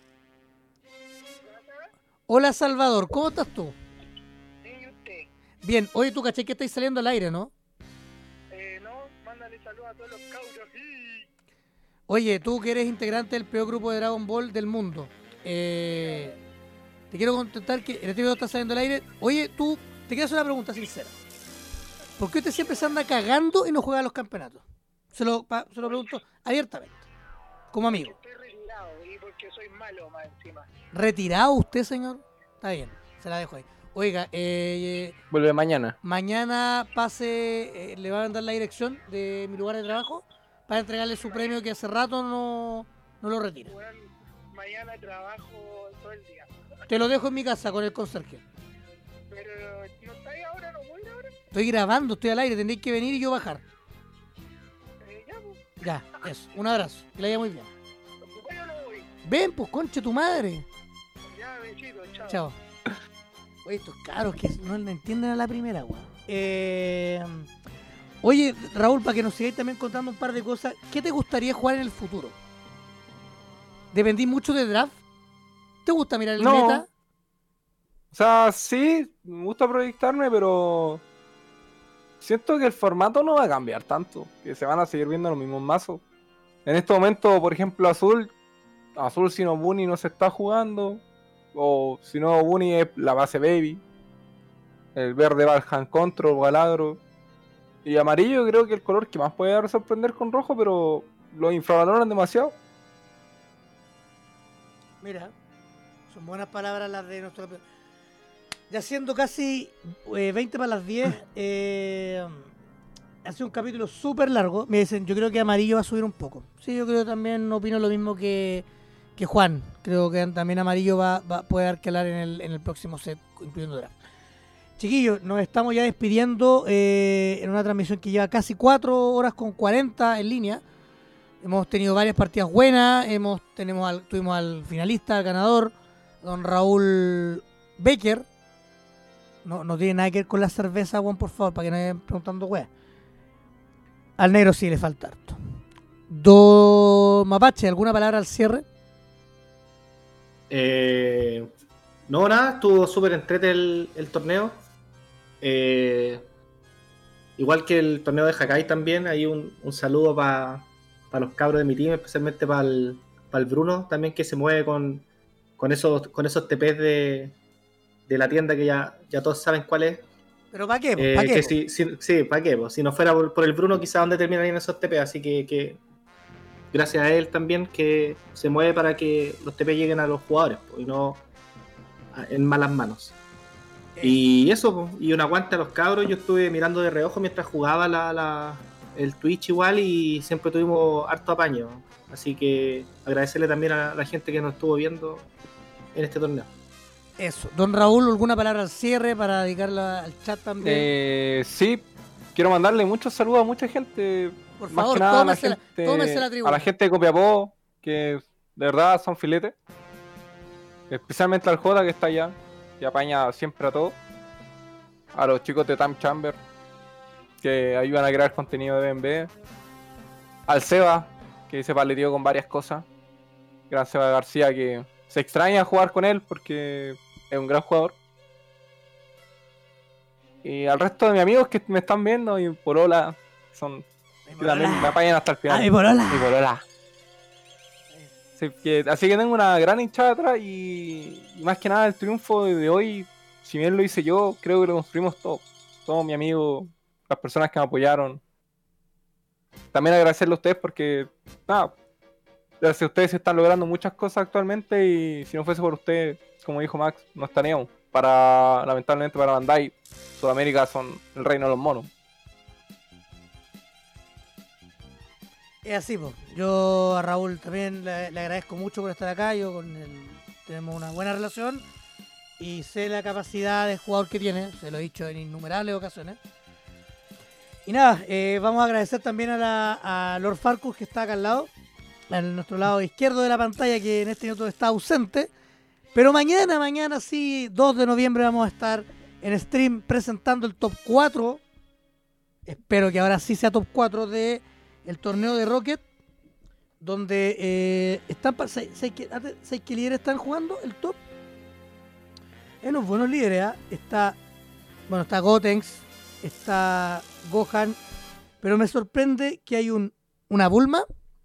Hola Salvador, ¿cómo estás tú? ¿Y usted? Bien, oye, tú caché que estáis saliendo al aire, ¿no? Eh, no, mándale saludos a todos los cabros. Y... Oye, tú que eres integrante del peor grupo de Dragon Ball del mundo, eh, te quiero contestar que el video está saliendo al aire. Oye, tú, te quiero hacer una pregunta sincera. ¿Por qué usted siempre se anda cagando y no juega a los campeonatos? Se lo, pa- se lo pregunto abiertamente, como amigo. Estoy retirado y porque soy malo más encima. ¿Retirado usted, señor? Está bien, se la dejo ahí. Oiga, eh, Vuelve mañana. mañana pase, eh, le van a dar la dirección de mi lugar de trabajo para entregarle su premio que hace rato no, no lo retira. Bueno, mañana trabajo todo el día. Te lo dejo en mi casa con el conserje. Pero no está ahí ahora, no voy ahora. Estoy grabando, estoy al aire, tendréis que venir y yo bajar. Eh, ya, pues, Ya, eso. Un abrazo. Que le vaya muy bien. pues yo no voy. Ven, pues, concha tu madre. Ya, besito, chao. Chao. Oye, estos caros que no le entienden a la primera, weón. Eh, oye, Raúl, para que nos sigáis también contando un par de cosas, ¿qué te gustaría jugar en el futuro? ¿Dependís mucho de draft? ¿Te gusta mirar el No. meta? O sea, sí, me gusta proyectarme, pero siento que el formato no va a cambiar tanto, que se van a seguir viendo los mismos mazos. En este momento, por ejemplo, Azul, Azul si no Bunny no se está jugando, o si no Bunny es la base Baby, el verde va al Hand Control o al Agro, y amarillo creo que el color que más puede dar a sorprender con rojo, pero lo infravaloran demasiado. Mira, son buenas palabras las de nuestro... Ya siendo casi eh, veinte para las diez, eh, ha sido un capítulo súper largo. Me dicen, yo creo que Amarillo va a subir un poco. Sí, yo creo que también opino lo mismo que, que Juan. Creo que también Amarillo va, va puede dar que hablar en el, en el próximo set, incluyendo draft. Chiquillos, nos estamos ya despidiendo eh, en una transmisión que lleva casi cuatro horas con cuarenta en línea. Hemos tenido varias partidas buenas. Hemos tenemos al, tuvimos al finalista, al ganador, don Raúl Becker. No, no tiene nada que ver con la cerveza, Juan, por favor, para que no vayan preguntando, weá. Al negro sí le falta harto. Don Mapache, ¿alguna palabra al cierre? Eh, no, nada, estuvo súper entrete el, el torneo. Eh, igual que el torneo de Hakai también, hay un, un saludo para pa los cabros de mi team, especialmente para el, pa el Bruno también, que se mueve con, con esos con esos T Ps de, de la tienda que ya, ya todos saben cuál es. ¿Pero para qué? Eh, ¿Para qué? que si, si, sí, ¿para qué? Po? Si no fuera por, por el Bruno, quizás dónde terminarían esos T P. Así que, que gracias a él también que se mueve para que los T P lleguen a los jugadores po, y no a, en malas manos. Y eso, po, y un aguante a los cabros. Yo estuve mirando de reojo mientras jugaba la, la, el Twitch igual y siempre tuvimos harto apaño. Así que agradecerle también a la gente que nos estuvo viendo en este torneo. Eso. Don Raúl, ¿alguna palabra al cierre para dedicarla al chat también? Eh, sí, quiero mandarle muchos saludos a mucha gente. Por más favor, que nada a la, tómese la- gente, tómese la tribuna. a la gente de Copiapó, que de verdad son filetes. Especialmente al Jota que está allá, que apaña siempre a todos. A los chicos de Time Chamber, que ayudan a crear contenido de B M B. Al Seba, que se paleteó con varias cosas. Gran Seba García, que se extraña jugar con él porque es un gran jugador. Y al resto de mis amigos que me están viendo y Polola, son Mi que también polola. me apañan hasta el final. Ah, mi polola. Mi Polola. Sí, que- así que tengo una gran hinchada atrás y, y más que nada el triunfo de, de hoy, si bien lo hice yo, creo que lo construimos todos. Todos mis amigos, las personas que me apoyaron. También agradecerle a ustedes porque, nada, gracias a ustedes se están logrando muchas cosas actualmente y si no fuese por ustedes, como dijo Max, no estaríamos. Para, lamentablemente para Bandai, Sudamérica son el reino de los monos. Es así, pues. Yo a Raúl también le, le agradezco mucho por estar acá. Yo con él tenemos una buena relación y sé la capacidad de jugador que tiene. Se lo he dicho en innumerables ocasiones. Y nada, eh, vamos a agradecer también a, la, a Lord Farcus que está acá al lado, a nuestro lado izquierdo de la pantalla, que en este minuto está ausente. Pero mañana, mañana sí, dos de noviembre vamos a estar en stream presentando el top cuatro. Espero que ahora sí sea top cuatro de el torneo de Rocket, donde eh, están seis, seis, seis que líderes están jugando el top. Hay unos buenos líderes, ¿eh? Está, bueno, está Gotenks, está Gohan, pero me sorprende que hay un una Bulma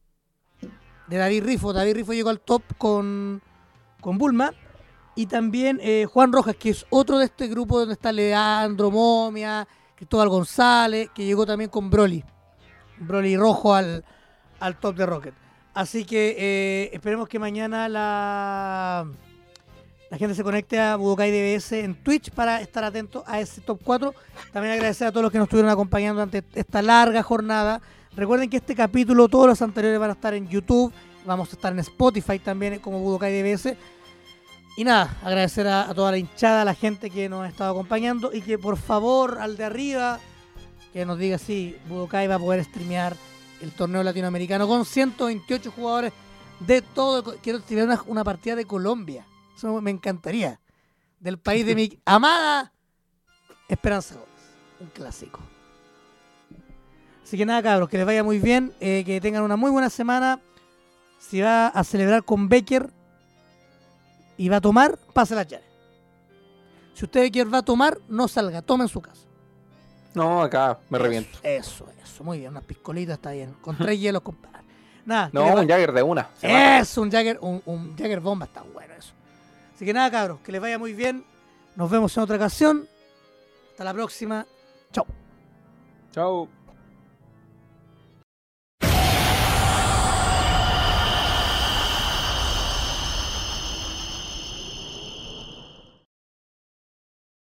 de David Rifo. David Rifo llegó al top con, con Bulma. Y también eh, Juan Rojas, que es otro de este grupo donde está Leandro, Momia, Cristóbal González, que llegó también con Broly. Broly rojo al, al top de Rocket. Así que eh, esperemos que mañana la, la gente se conecte a Budokai D B S en Twitch para estar atento a ese top cuatro. También agradecer a todos los que nos estuvieron acompañando durante esta larga jornada. Recuerden que este capítulo, todos los anteriores van a estar en YouTube. Vamos a estar en Spotify también como Budokai D B S. Y nada, agradecer a, a toda la hinchada, a la gente que nos ha estado acompañando y que por favor al de arriba que nos diga si Budokai va a poder streamear el torneo latinoamericano con ciento veintiocho jugadores de todo. Quiero tirar una, una partida de Colombia, eso me encantaría, del país de mi amada Esperanza Gómez, un clásico. Así que nada, cabros, que les vaya muy bien, eh, que tengan una muy buena semana. Si va a celebrar con Becker y va a tomar, pase las llaves. Si usted Becker va a tomar, no salga, tome en su casa. No, acá me reviento. Eso, eso, muy bien, unas piscolitas está bien. Con tres hielos, compadre. Nada, No, que les va- un Jagger de una. se mata. es un Jagger, un, un Jagger bomba, está bueno eso. Así que nada, cabros, que les vaya muy bien. Nos vemos en otra ocasión. Hasta la próxima. Chao. Chao.